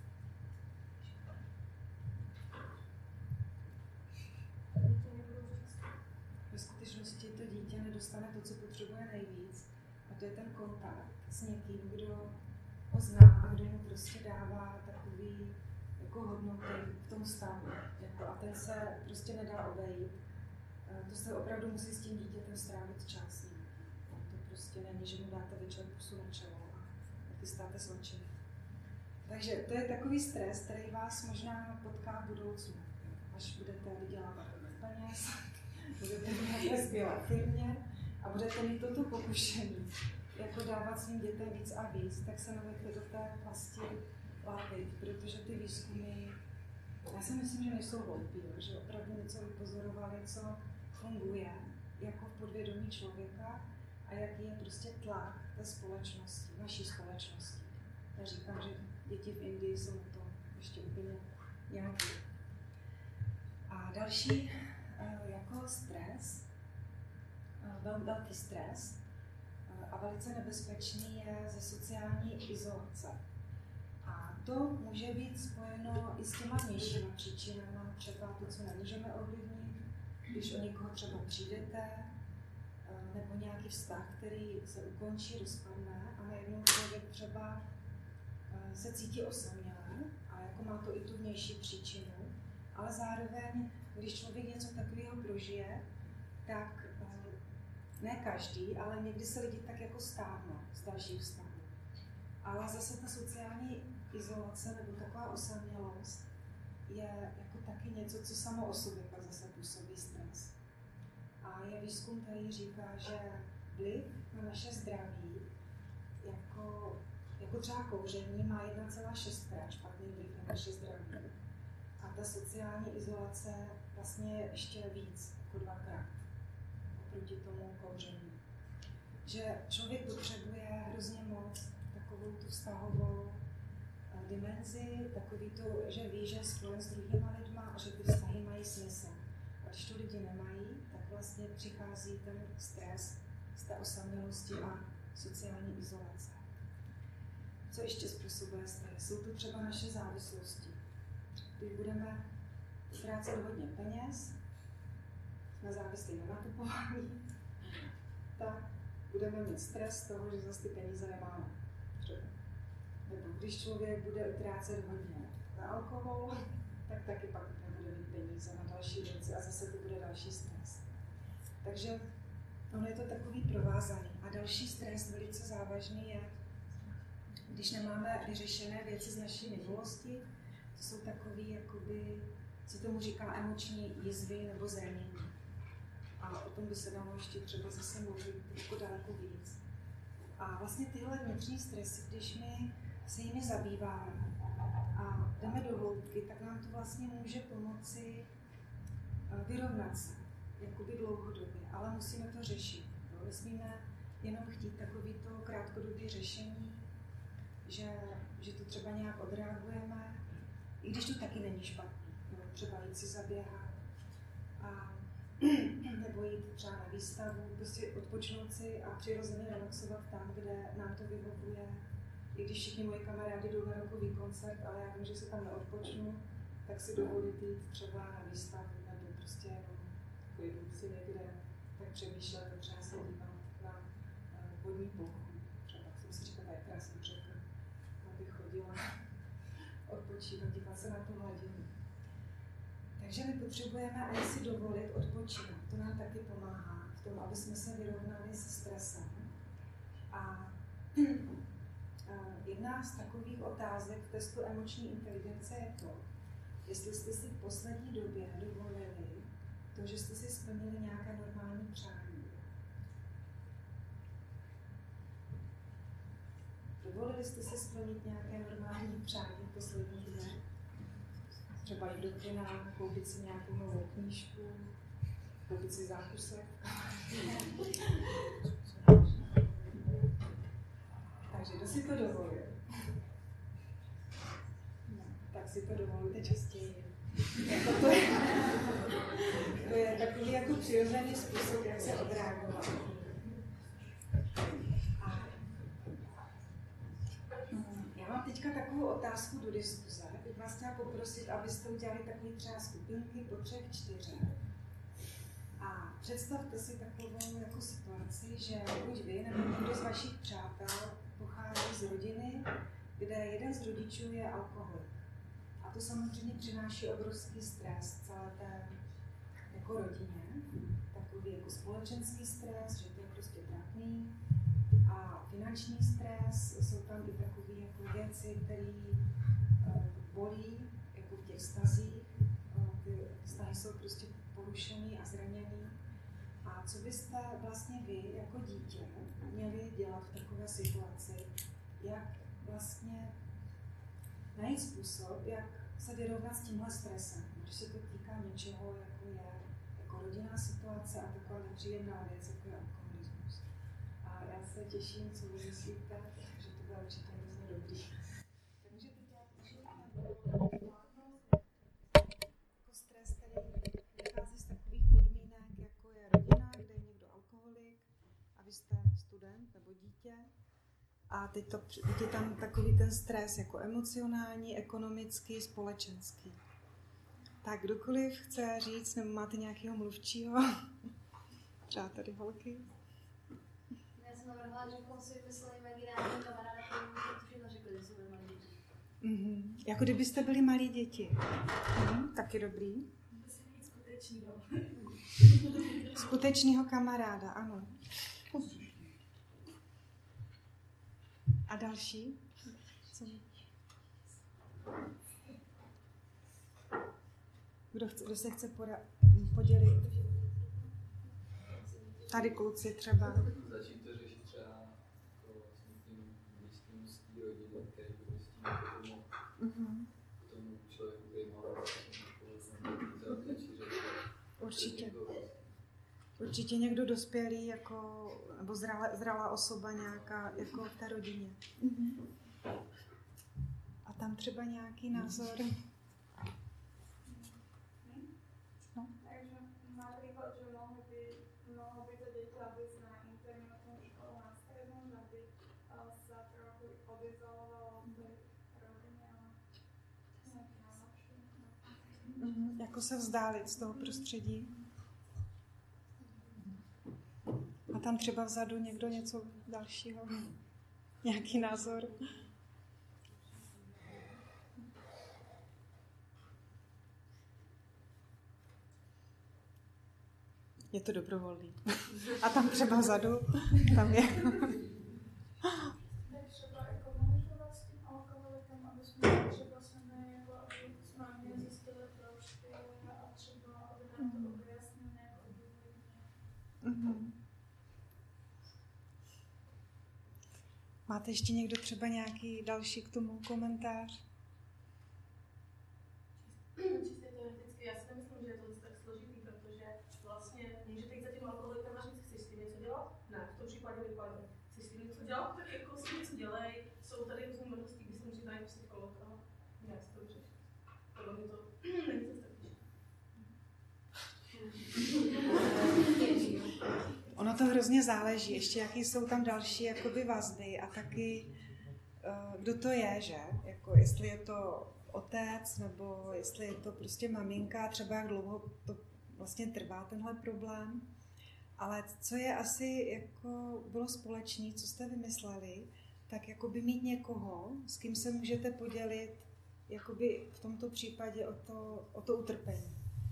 S1: Ve skutečnosti to dítě nedostane to, co potřebuje nejvíc, a to je ten kontakt s někým, kdo ho zná a kdo mu prostě dává takový jako hodnoty v tom stavu. Jako, a ten se prostě nedá obejít. To se opravdu musí s tím dítětem strávit čas. To prostě není, že mu dáte večer pusu na čelo a chystáte svačiny. Takže to je takový stres, který vás možná potká v budoucnu. Až budete vydělávat peněz, budete mít ve skvělé firmě a budete mít toto pokušení, jako dávat svým dětem víc a víc, tak se neveďte do té pasti lapit, protože ty výzkumy, já si myslím, že nejsou hloupí, že opravdu něco vypozorovali, co funguje jako v podvědomí člověka a jaký je prostě tlak té společnosti, naší společnosti. Já říkám, že děti v Indii jsou to ještě úplně nějaký. A další jako stres, velmi velký stres a velice nebezpečný je ze sociální izolace. A to může být spojeno i s těma vnějšíma příčinami, třeba to, co nemůžeme ovlivnit, když o někoho třeba přijdete, nebo nějaký vztah, který se ukončí, rozpadne a najednou člověk třeba se cítí osamělé a jako má to i tu vnější příčinu, ale zároveň, když člověk něco takového prožije, tak ne každý, ale někdy se lidi tak jako stárnou z dalších vztahů. Ale zase ta sociální izolace nebo taková osamělost je jako taky něco, co samo o sobě pak zase působí stres. A je výzkum, který říká, že vliv na naše zdraví, jako, jako třeba kouření, má jedna celá šest krát špatný vliv na naše zdraví. A ta sociální izolace vlastně je ještě víc, jako dvakrát, oproti tomu kouření. Že člověk potřebuje hrozně moc takovou tu vztahovou dimenzi, takový to, že ví, že je spojen s druhýma lidma a že ty vztahy mají smysl. A když to lidi nemají, tak vlastně přichází ten stres z té osamělosti a sociální izolace. Co ještě způsobuje stres? Jsou to třeba naše závislosti. Když budeme utrácet hodně peněz, jsme závislí na nakupování, tak budeme mít stres z toho, že zase ty peníze nemáme. Nebo když člověk bude utrácet hodně na alkohol, tak taky pak nebude mít peníze na další věci a zase to bude další stres. Takže ono je to takový provázaný. A další stres, velice závažný, je, když nemáme vyřešené věci z naší minulosti, to jsou takový, jakoby, co tomu říká emoční jizvy nebo zranění. A o tom by se dalo ještě třeba zase mluvit jako daleko víc. A vlastně tyhle vnitřní stresy, když my se jimi zabýváme a jdeme do hloubky, tak nám to vlastně může pomoci vyrovnat se, jakoby dlouhodobě, ale musíme to řešit. No, nesmíme jenom chtít takovýto krátkodobé řešení, že, že to třeba nějak odreagujeme, i když to taky není špatný. No, třeba jít si zaběhat a nebo jít třeba na výstavu, prostě odpočnout si a přirozeně relaxovat tam, kde nám to vyhovuje. I když všichni moji kamarádi jdou na rokový koncert, ale já vím, že si tam neodpočnu, tak si dovolit jít třeba na výstavu, nebo prostě jenom jdu si někde, tak přemýšlet, třeba se dívám Takže my potřebujeme ani si dovolit odpočinout. To nám taky pomáhá v tom, aby jsme se vyrovnali se stresem. A jedna z takových otázek v testu emoční inteligence je to, jestli jste si v poslední době dovolili to, že jste si splnili nějaké normální přání. Dovolili jste si splnit nějaké normální přání v posledních dnech? Třeba jít do kina, koupit si nějakou novou knížku, koupit si zákusek. Takže kdo si to dovolil? No, tak si to dovolíte častěji. Jako to, je, to je takový jako přirozený způsob, jak se odreagovat. A já mám teďka takovou otázku do diskuze. Bych vás chtěla poprosit, abyste udělali takové třeba skupinky po třech, čtyřech. A představte si takovou jako situaci, že buď vy nebo někdo z vašich přátel pochází z rodiny, kde jeden z rodičů je alkoholik. A to samozřejmě přináší obrovský stres celé té jako rodině, takový jako společenský stres, že to je prostě trapný. A finanční stres, jsou tam i takové jako věci, které uh, bolí, jako v těch vztazích. Uh, ty vztahy jsou prostě porušený a zraněný. A co byste vlastně vy jako dítě měli dělat v takové situaci, jak vlastně najít způsob, jak se vyrovnat s tímhle stresem, když se to týká něčeho, jako je jako rodinná situace a taková nepříjemná věc, jako je alkoholismus. A já se těším, co vy myslíte, že to bude určitě hrozně dobrý. Tak můžete dělat jako stres, který vychází z takových podmínek, jako je rodina, kde je někdo alkoholik a vy jste student nebo dítě. A teď, to, teď je tam takový ten stres jako emocionální, ekonomický, společenský. Tak kdokoliv chce říct, nebo máte nějakého mluvčího? Třeba tady holky.
S3: Já jsem navrhla, že bychom si vyslali imaginární kamaráda, protože neřekli, že jsou byli malí děti.
S1: Mm-hmm. Jako kdybyste byli malí děti. Mm, taky dobrý.
S3: Skutečného.
S1: Skutečného kamaráda, ano. A další? Co? Kdo, chce, kdo se chce poda- podělit? Tady kluci třeba.
S5: Začít to řešit třeba jako vlastně tím blízkým z té rodiny, který bude s tím k tomu,
S1: Uh-huh.
S5: k tomu člověku, který má vlastně
S1: Určitě. Určitě někdo dospělý, jako, nebo zralá, zralá osoba nějaká, jako v té rodině. Uh-huh. A tam třeba nějaký názor. No.
S6: Takže napríklad, že mohli by, mohlo by to dieťa byť na internátnu školu na strednú, aby sa trochu odizovalo od tej rodiny a nejaký najlepší.
S1: Mm, jako se vzdálit z toho prostředí. A tam třeba vzadu někdo něco dalšího, nějaký názor. Je to dobrovolný. A tam třeba vzadu, tam je.
S6: Tak třeba jako manipulovat s tím alkoholikem, aby jsme třeba se ne, jako aby jsme nezjistili proč ty a třeba aby nám to objasnil nějak odůvodně.
S1: Máte ještě někdo třeba nějaký další k tomu komentář?
S7: Čistě teoreticky, já si nemyslím, že je to tak složitý, protože vlastně můžete jít za tím alkoholikem a říct, chceš s tím něco dělat? Ne, v tom případě vypadne. Chceš s tím něco dělat? Tak jako s tím něco dělej. Jsou tady různé možnosti, kdy se může najít psycholog a nějak se to vyřešit. Podle mě to není to tak těžké.
S1: Ono to hrozně záleží, ještě jaký jsou tam další jakoby vazby a taky uh, kdo to je, že? Jako jestli je to otec, nebo jestli je to prostě maminka, třeba jak dlouho to vlastně trvá tenhle problém. Ale co je asi jako bylo společné, co jste vymysleli, tak jakoby mít někoho, s kým se můžete podělit jakoby v tomto případě o to, o to utrpení.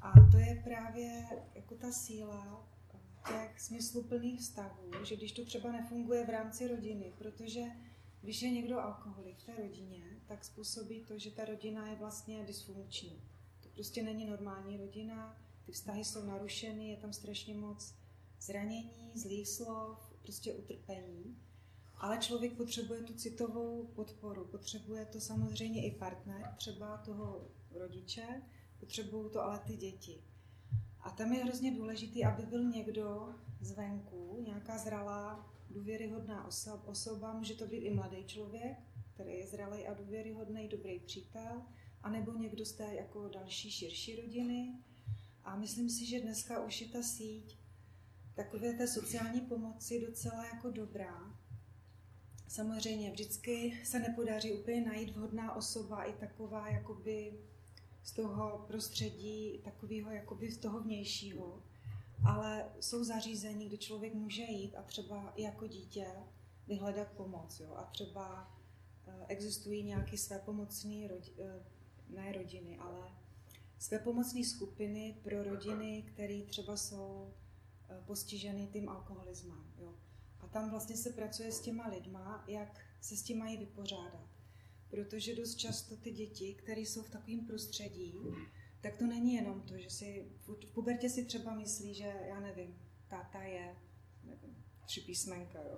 S1: A to je právě jako ta síla těch smysluplných vztahů, že když to třeba nefunguje v rámci rodiny, protože když je někdo alkoholik v té rodině, tak způsobí to, že ta rodina je vlastně dysfunkční. To prostě není normální rodina, ty vztahy jsou narušeny, je tam strašně moc zranění, zlých slov, prostě utrpení. Ale člověk potřebuje tu citovou podporu, potřebuje to samozřejmě i partner, třeba toho rodiče, potřebují to ale ty děti. A tam je hrozně důležitý, aby byl někdo zvenku, nějaká zralá, důvěryhodná osoba, může to být i mladý člověk, který je zralý a důvěryhodný, dobrý přítel, anebo někdo z té jako další širší rodiny. A myslím si, že dneska už je ta síť takové té sociální pomoci docela jako dobrá. Samozřejmě vždycky se nepodaří úplně najít vhodná osoba i taková jakoby z toho prostředí, takového jakoby z toho vnějšího, ale jsou zařízení, kde člověk může jít a třeba i jako dítě vyhledat pomoc. Jo? A třeba existují nějaké svépomocné rodiny, ne rodiny, ale svépomocné skupiny pro rodiny, které třeba jsou postiženy tím alkoholismem. Jo? A tam vlastně se pracuje s těma lidma, jak se s tím mají vypořádat. Protože dost často ty děti, které jsou v takovém prostředí, tak to není jenom to, že si v pubertě si třeba myslí, že já nevím, táta je, nevím, tři písmenka, jo.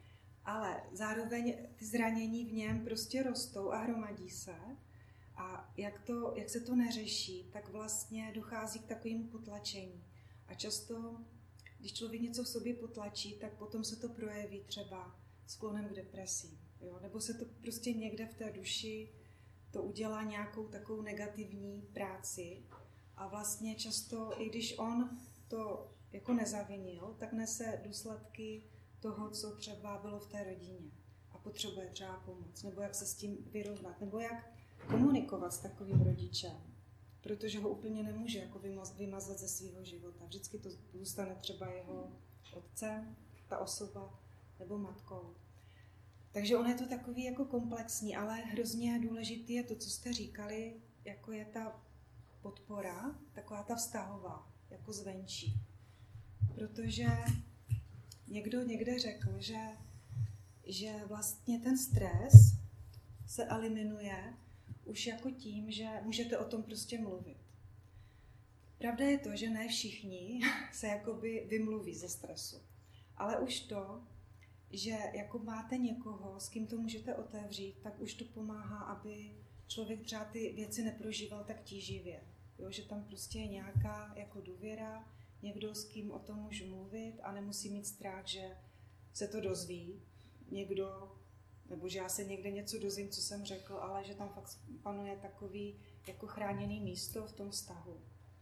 S1: Ale zároveň ty zranění v něm prostě rostou a hromadí se. A jak, to, jak se to neřeší, tak vlastně dochází k takovému potlačení. A často, když člověk něco v sobě potlačí, tak potom se to projeví třeba sklonem k depresím. Jo? Nebo se to prostě někde v té duši to udělá nějakou takovou negativní práci. A vlastně často, i když on to jako nezavinil, tak nese důsledky toho, co třeba bylo v té rodině. A potřebuje třeba pomoc. Nebo jak se s tím vyrovnat. Nebo jak komunikovat s takovým rodičem. Protože ho úplně nemůže jako vymazat ze svého života. Vždycky to zůstane třeba jeho otcem, ta osoba, nebo matkou. Takže ono je to takový jako komplexní, ale hrozně důležitý je to, co jste říkali, jako je ta podpora, taková ta vztahová, jako zvenčí. Protože někdo někde řekl, že, že vlastně ten stres se eliminuje už jako tím, že můžete o tom prostě mluvit. Pravda je to, že ne všichni se jakoby vymluví ze stresu. Ale už to, že jako máte někoho, s kým to můžete otevřít, tak už to pomáhá, aby člověk třeba ty věci neprožíval tak tíživě. Jo, že tam prostě je nějaká jako důvěra, někdo, s kým o tom můžu mluvit a nemusí mít strach, že se to dozví někdo, nebo že já se někde něco dozvím, co jsem řekl, ale že tam fakt panuje takový jako chráněný místo v tom vztahu.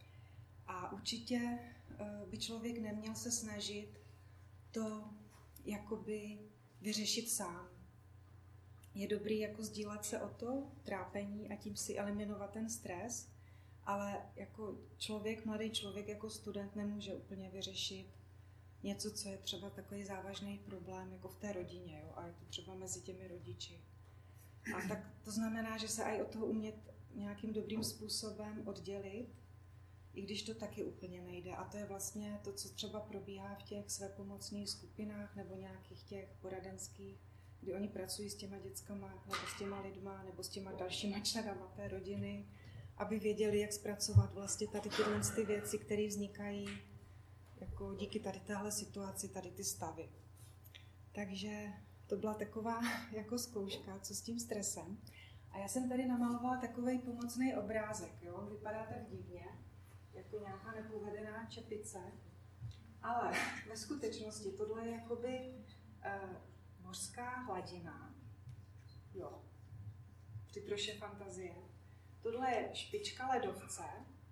S1: A určitě by člověk neměl se snažit to jakoby vyřešit sám. Je dobrý jako sdílet se o to trápení a tím si eliminovat ten stres, ale jako člověk, mladý člověk, jako student nemůže úplně vyřešit něco, co je třeba takový závažný problém jako v té rodině, jo? A je to třeba mezi těmi rodiči. A tak to znamená, že se aj od toho umět nějakým dobrým způsobem oddělit, i když to taky úplně nejde. A to je vlastně to, co třeba probíhá v těch svépomocných skupinách nebo nějakých těch poradenských, kdy oni pracují s těma dětskama nebo s těma lidma nebo s těma dalšíma členama té rodiny, aby věděli, jak zpracovat vlastně tady tyhle ty věci, které vznikají jako díky tady téhle situaci, tady ty stavy. Takže to byla taková jako zkouška, co s tím stresem. A já jsem tady namalovala takovej pomocný obrázek, jo? Vypadá tak divně, jako nějaká nepovedená čepice, ale ve skutečnosti tohle je jakoby eh, mořská hladina, jo, při troše fantazie. Tohle je špička ledovce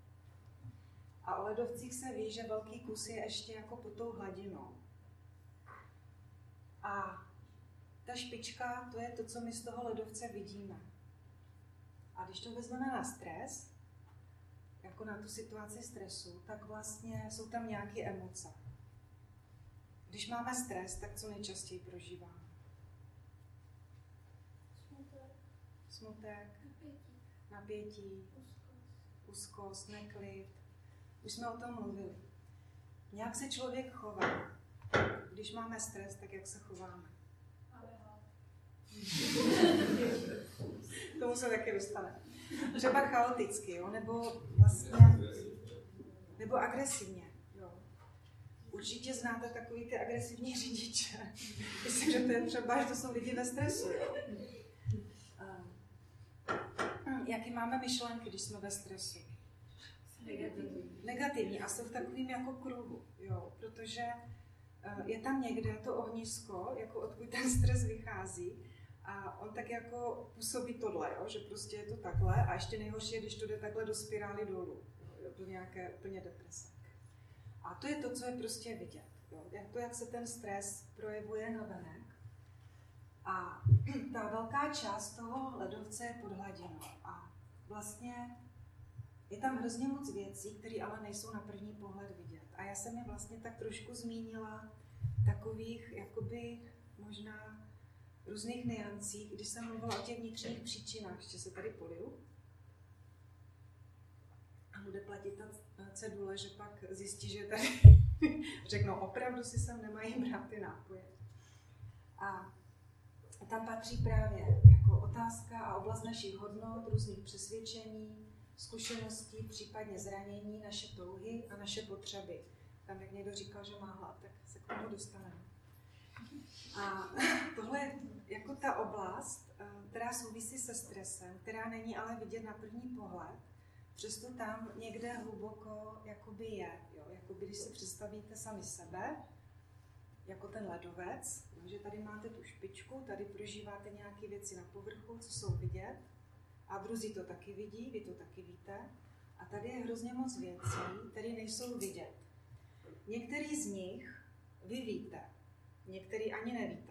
S1: a o ledovcích se ví, že velký kus je ještě jako pod tou hladinou. A ta špička, to je to, co my z toho ledovce vidíme. A když to vezmeme na stres, jako na tu situaci stresu, tak vlastně jsou tam nějaké emoce. Když máme stres, tak co nejčastěji prožíváme?
S3: Smutek.
S1: Smutek,
S3: Napětí.
S1: napětí,
S3: Úzkost.
S1: úzkost, neklid. Už jsme o tom mluvili. Jak se člověk chová, když máme stres, tak jak se chováme? K tomu se taky dostane. Třeba chaoticky, jo? Nebo vlastně, nebo agresivně. Jo? Určitě znáte takový ty agresivní řidiče. Myslím, že to je třeba, že to jsou lidi ve stresu. Jo? Jaký máme myšlenky, když jsme ve stresu? Negativní. Negativní a jsou v takovým jako kruhu, jo? Protože je tam někde to ohnisko, jako odkud ten stres vychází, a on tak jako působí tohle, jo? Že prostě je to takhle, a ještě nejhorší je, když to jde takhle do spirály dolů, jo? Do nějaké úplně deprese. A to je to, co je prostě vidět. Jo? Jak to, jak se ten stres projevuje navenek. A ta velká část toho ledovce je pod hladinou. A vlastně je tam hrozně moc věcí, které ale nejsou na první pohled vidět. A já jsem je vlastně tak trošku zmínila takových, jakoby možná různých niancích, když jsem mluvila o těch vnitřních příčinách. Ještě se tady poliju. A bude platit ta cedule, že pak zjistí, že tady řeknou, opravdu si sem nemají brát ty nápoje. A tam patří právě jako otázka a oblast našich hodnot, různých přesvědčení, zkušeností, případně zranění, naše touhy a naše potřeby. Tam, jak někdo říkal, že má hlad, tak se k tomu dostaneme. A tohle je jako ta oblast, která souvisí se stresem, která není ale vidět na první pohled, přesto tam někde hluboko jakoby je. Jo? Jakoby, když si představíte sami sebe, jako ten ledovec, že tady máte tu špičku, tady prožíváte nějaké věci na povrchu, co jsou vidět, a druzí to taky vidí, vy to taky víte. A tady je hrozně moc věcí, které nejsou vidět. Některý z nich vy víte, některý ani nevíte.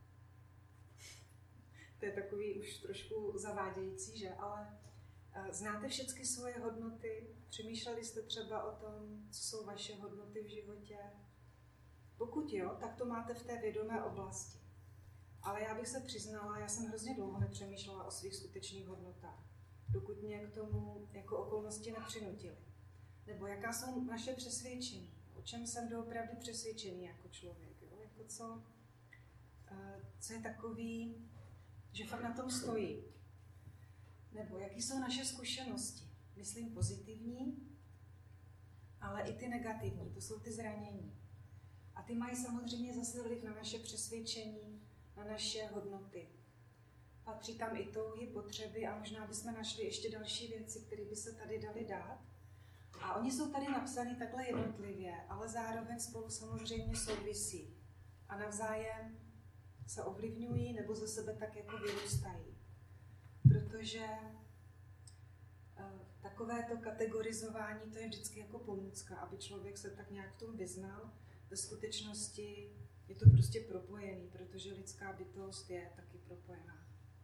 S1: To je takový už trošku zavádějící, že? Ale znáte všechny svoje hodnoty? Přemýšleli jste třeba o tom, co jsou vaše hodnoty v životě? Pokud jo, tak to máte v té vědomé oblasti. Ale já bych se přiznala, já jsem hrozně dlouho nepřemýšlela o svých skutečných hodnotách, dokud mě k tomu jako okolnosti nepřinutily. Nebo jaká jsou naše přesvědčení, o čem jsem doopravdy přesvědčený jako člověk, jo? Jako co, co je takový, že fakt na tom stojí. Nebo jaký jsou naše zkušenosti, myslím pozitivní, ale i ty negativní, to jsou ty zranění. A ty mají samozřejmě zase vliv na naše přesvědčení, na naše hodnoty. Patří tam i touhy, potřeby a možná bychom našli ještě další věci, které by se tady daly dát. A oni jsou tady napsaný takhle jednotlivě, ale zároveň spolu samozřejmě souvisí. A navzájem se ovlivňují nebo ze sebe tak jako vyrůstají. Protože uh, takovéto kategorizování, to je vždycky jako pomůcka, aby člověk se tak nějak v tom vyznal. Ve skutečnosti je to prostě propojený, protože lidská bytost je taky propojená.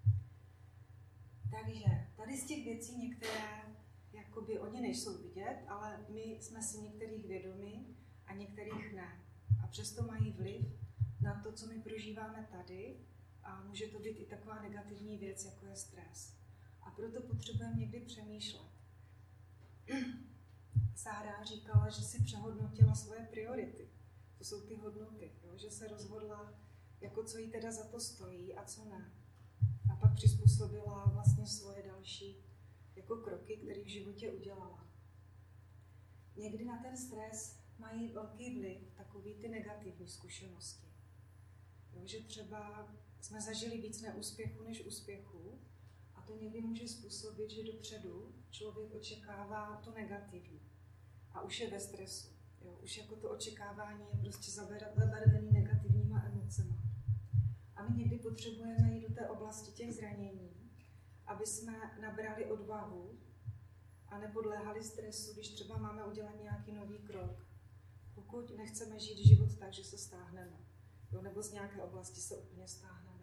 S1: Takže tady z těch věcí některé, jakoby oni nejsou vidět, ale my jsme si některých vědomi a některých ne. A přesto mají vliv na to, co my prožíváme tady, a může to být i taková negativní věc, jako je stres. A proto potřebujeme někdy přemýšlet. Sára říkala, že si přehodnotila svoje priority. To jsou ty hodnoty, jo? Že se rozhodla, jako co jí teda za to stojí a co ne. A pak přizpůsobila vlastně svoje další jako kroky, které v životě udělala. Někdy na ten stres mají velký vliv takový ty negativní zkušenosti. Jo? Že třeba jsme zažili víc neúspěchu než úspěchu a to někdy může způsobit, že dopředu člověk očekává to negativní a už je ve stresu. Jo, už jako to očekávání je prostě zabarvený negativníma emocema. A my někdy potřebujeme jít do té oblasti těch zranění, aby jsme nabrali odvahu a nepodléhali stresu, když třeba máme udělat nějaký nový krok. Pokud nechceme žít život tak, že se stáhneme, jo, nebo z nějaké oblasti se úplně stáhneme.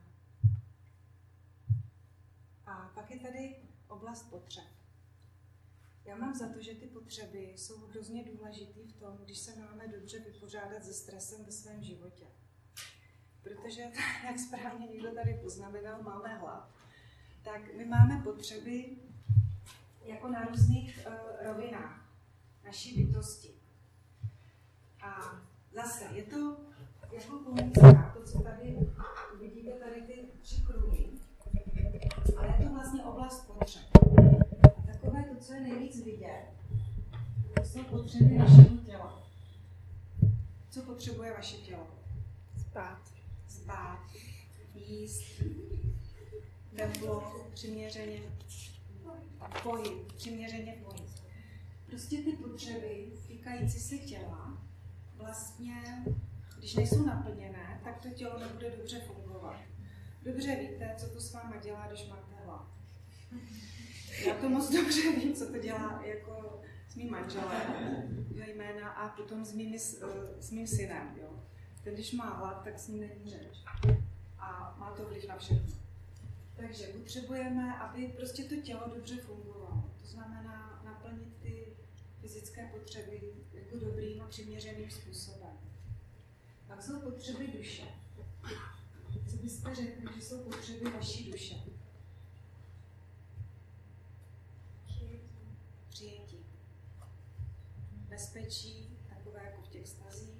S1: A pak je tady oblast potřeb. Já mám za to, že ty potřeby jsou hrozně důležité v tom, když se máme dobře vypořádat se stresem ve svém životě. Protože, jak správně někdo tady poznamenal, máme hlad, tak my máme potřeby jako na různých uh, rovinách. naší bytosti. A zase je to jako pomůcka, to, co tady vidíte, tady ty tři kruhy, ale je to vlastně oblast potřeb. A takové to, co je nejvíc vidět, to jsou potřeby našeho těla. Co potřebuje vaše tělo?
S4: Spát.
S1: Spát, jíst, teplo, přiměřeně, pohyb, přiměřeně pohyb. Prostě ty potřeby týkající se těla, vlastně, když nejsou naplněné, tak to tělo nebude dobře fungovat. Dobře víte, co to s váma dělá, když máte hlad. Já to moc dobře vím, co to dělá jako s mým manželem, jména, a potom s, mými, s mým synem. Jo. Ten, když má hlad, tak s ním není řeč. A má to vliv na všechno. Takže potřebujeme, aby prostě to tělo dobře fungovalo. To znamená naplnit ty fyzické potřeby jako dobrým a přiměřeným způsobem. Pak jsou potřeby duše. Co byste řekli, že jsou potřeby vaší duše? Přijetí. Bezpečí, takové jako v těch vztazích.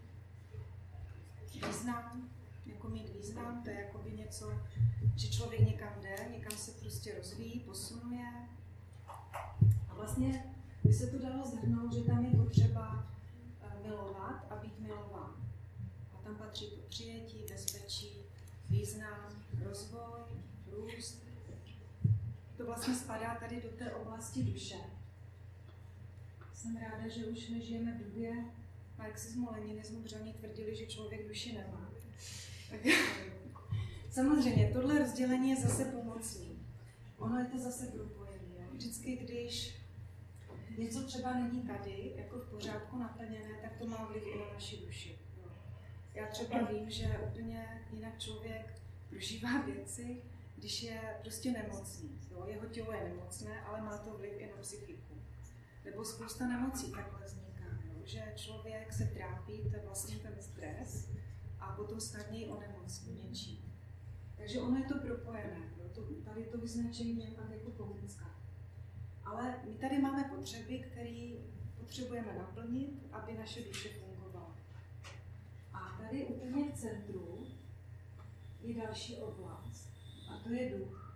S1: Význam, jako mít význam, to je jakoby něco, že člověk někam jde, někam se prostě rozvíjí, posunuje. A vlastně by se to dalo shrnout, že tam je potřeba milovat a být milován. A tam patří to přijetí, bezpečí, význam, rozvoj, růst. To vlastně spadá tady do té oblasti duše. Jsem ráda, že už nežijeme v době marxismu, leninismu, protože oni tvrdili, že člověk duši nemá. Tak, samozřejmě, tohle rozdělení je zase pomocný. Ono je to zase propojené. Vždycky, když něco třeba není tady, jako v pořádku naplněné, tak to má vliv i na naši duši. Jo. Já třeba vím, že úplně jinak člověk prožívá věci, když je prostě nemocný. Jo. Jeho tělo je nemocné, ale má to vliv i na psychiku. Nebo spousta nemocí takhle vzniká, jo. Že člověk se trápí, to je vlastně ten stres, a potom snadněji onemocní něčí. Takže ono je to propojené. Jo. To, tady to vyznačení je tak jako pomůcka. Ale my tady máme potřeby, které potřebujeme naplnit, aby naše duše fungovala. A tady úplně v centru je další oblast, a to je duch.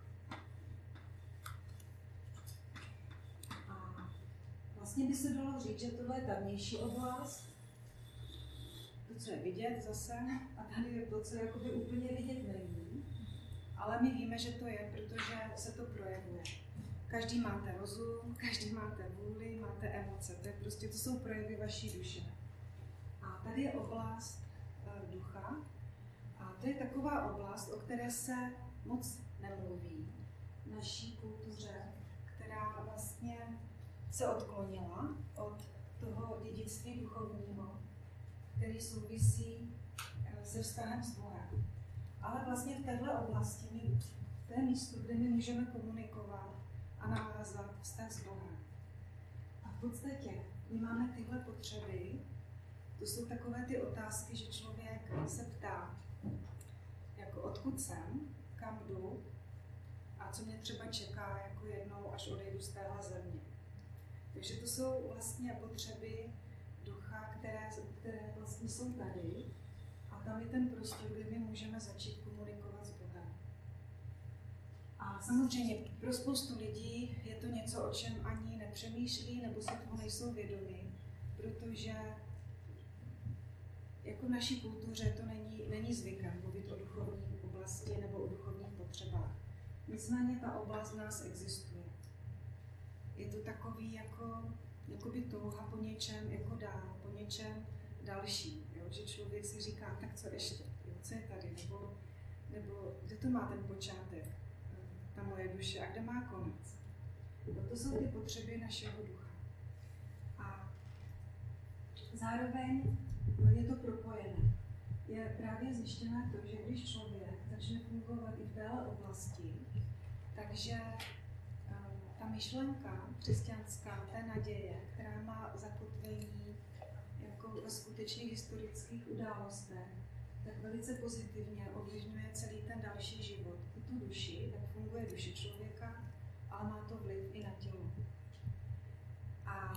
S1: A vlastně by se dalo říct, že tohle je ta vnější oblast, to, co je vidět zase, a tady je to, co jakoby úplně vidět není. Ale my víme, že to je, protože se to projevuje. Každý máte rozum, každý máte vůli, máte emoce. To je prostě, to jsou projevy vaší duše. A tady je oblast e, ducha. A to je taková oblast, o které se moc nemluví v naší kultuře, která vlastně se odklonila od toho dědictví duchovního, který souvisí e, se vztahem s Bohem. Ale vlastně v této oblasti, my, to je místo, kde my můžeme komunikovat a navázat vztah s Bohem. A v podstatě my máme tyhle potřeby, to jsou takové ty otázky, že člověk se ptá, jako odkud jsem, kam jdu a co mě třeba čeká jako jednou, až odejdu z téhle země. Takže to jsou vlastně potřeby ducha, které, které vlastně jsou tady, a tam je ten prostor, kde my můžeme začít komunikovat s Bohem. A samozřejmě pro spoustu lidí je to něco, o čem ani nepřemýšlí, nebo si toho nejsou vědomí, protože jako v naší kultuře to není, není zvykem mluvit o duchovní oblasti nebo o duchovních potřebách. Nicméně ta oblast v nás existuje. Je to takový jako, jakoby touha po něčem jako dál, po něčem další. Jo? Že člověk si říká, tak co ještě, jo? Co je tady, nebo, nebo kde to má ten počátek, ta moje duše, a kde má konec. No, to jsou ty potřeby našeho ducha. A zároveň je to propojené. Je právě zjištěné to, že když člověk začne fungovat i v téhle oblasti, takže ta myšlenka křesťanská, té naděje, která má zakotvení jako ve skutečných historických událostech, tak velice pozitivně ovlivňuje celý ten další život. I tu duši, tak funguje duše člověka, ale má to vliv i na tělo. A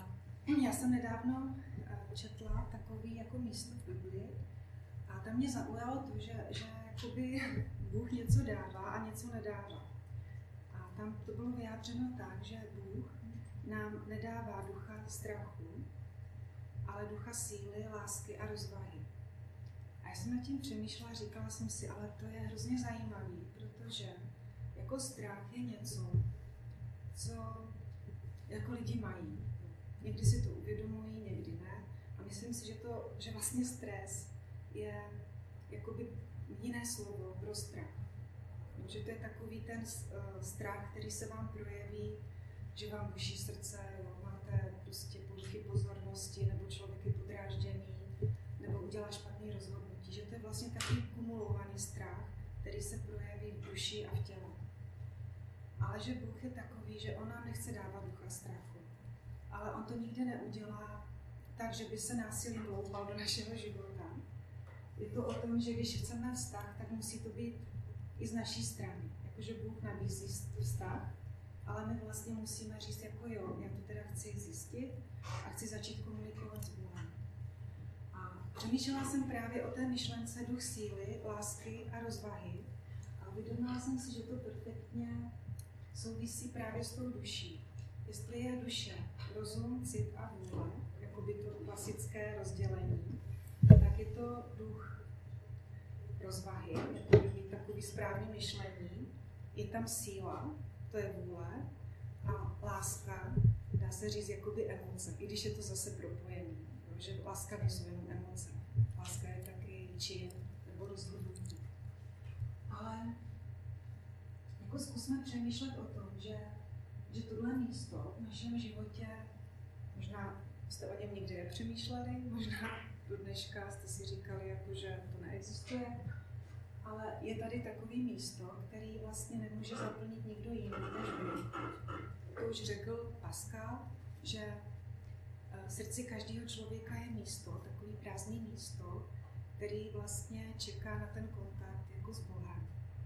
S1: já jsem nedávno četla takový jako místo v Biblii a tam mě zaujalo to, že, že jakoby Bůh něco dává a něco nedává. A tam to bylo vyjádřeno tak, že Bůh nám nedává ducha strachu, ale ducha síly, lásky a rozvahy. A já jsem nad tím přemýšlela, říkala jsem si, ale to je hrozně zajímavé, protože jako strach je něco, co jako lidi mají. Někdy si to uvědomují, někdy ne. A myslím si, že, to, že vlastně stres je jakoby jiné slovo pro strach. Že to je takový ten uh, strach, který se vám projeví, že vám buší srdce, jo, máte prostě poruchy pozornosti, nebo člověk je podrážděný, nebo udělá špatný rozhodnutí. Že to je vlastně takový kumulovaný strach, který se projeví v duši a v těle. Ale že Bůh je takový, že on nám nechce dávat ducha strachu. Ale on to nikdy neudělá tak, že by se násilím vloupal do našeho života. Je to o tom, že když chceme vztah, tak musí to být i z naší strany. Jakože Bůh nabízí vztah, ale my vlastně musíme říct, jako jo, já to teda chci zjistit a chci začít komunikovat s Bohem. A přemýšlela jsem právě o té myšlence duch síly, lásky a rozvahy a uvědomila jsem si, že to perfektně souvisí právě s tou duší. Jestli je duše rozum, cit a vůle, jako by to klasické rozdělení, tak je to duch rozvahy, jako by mít takový správný myšlení, je tam síla, to je vůle, a láska, dá se říct, jakoby emoce, i když je to zase propojený, že láska nejsou jenom emoce, láska je taky čin nebo rozhodnutí. Ale jako zkusme přemýšlet o tom, že, že tohle místo v našem životě, možná jste o něm nikdy nepřemýšleli, možná do dneška jste si říkali, jako, že to neexistuje, ale je tady takový místo, který vlastně nemůže zaplnit nikdo jiný než vy. To už řekl Pascal, že v srdci každého člověka je místo, takový prázdný místo, který vlastně čeká na ten kontakt jako s Bohem.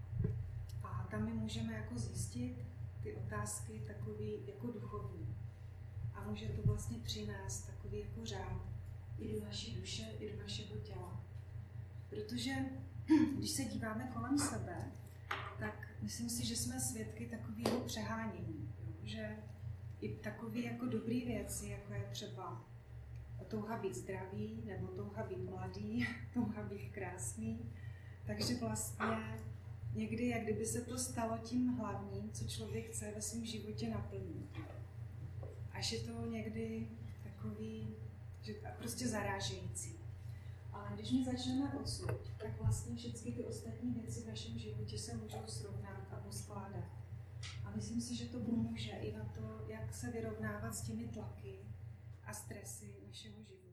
S1: A tam my můžeme jako zjistit ty otázky takový jako duchovní. A může to vlastně přinést takový jako řád i do naší duše, i do našeho těla. Protože když se díváme kolem sebe, tak myslím si, že jsme svědky takového přehánění. Jo? Že i takové jako dobré věci, jako je třeba touha být zdravý, nebo touha být mladý, touha být krásný. Takže vlastně někdy, jak kdyby se to stalo tím hlavním, co člověk chce ve svém životě naplnit. Až je to někdy takový, že prostě zarážející. Ale když my začneme odsud, tak vlastně všechny ty ostatní věci v našem životě se můžou srovnat a poskládat. A myslím si, že to pomůže i na to, jak se vyrovnávat s těmi tlaky a stresy našeho života.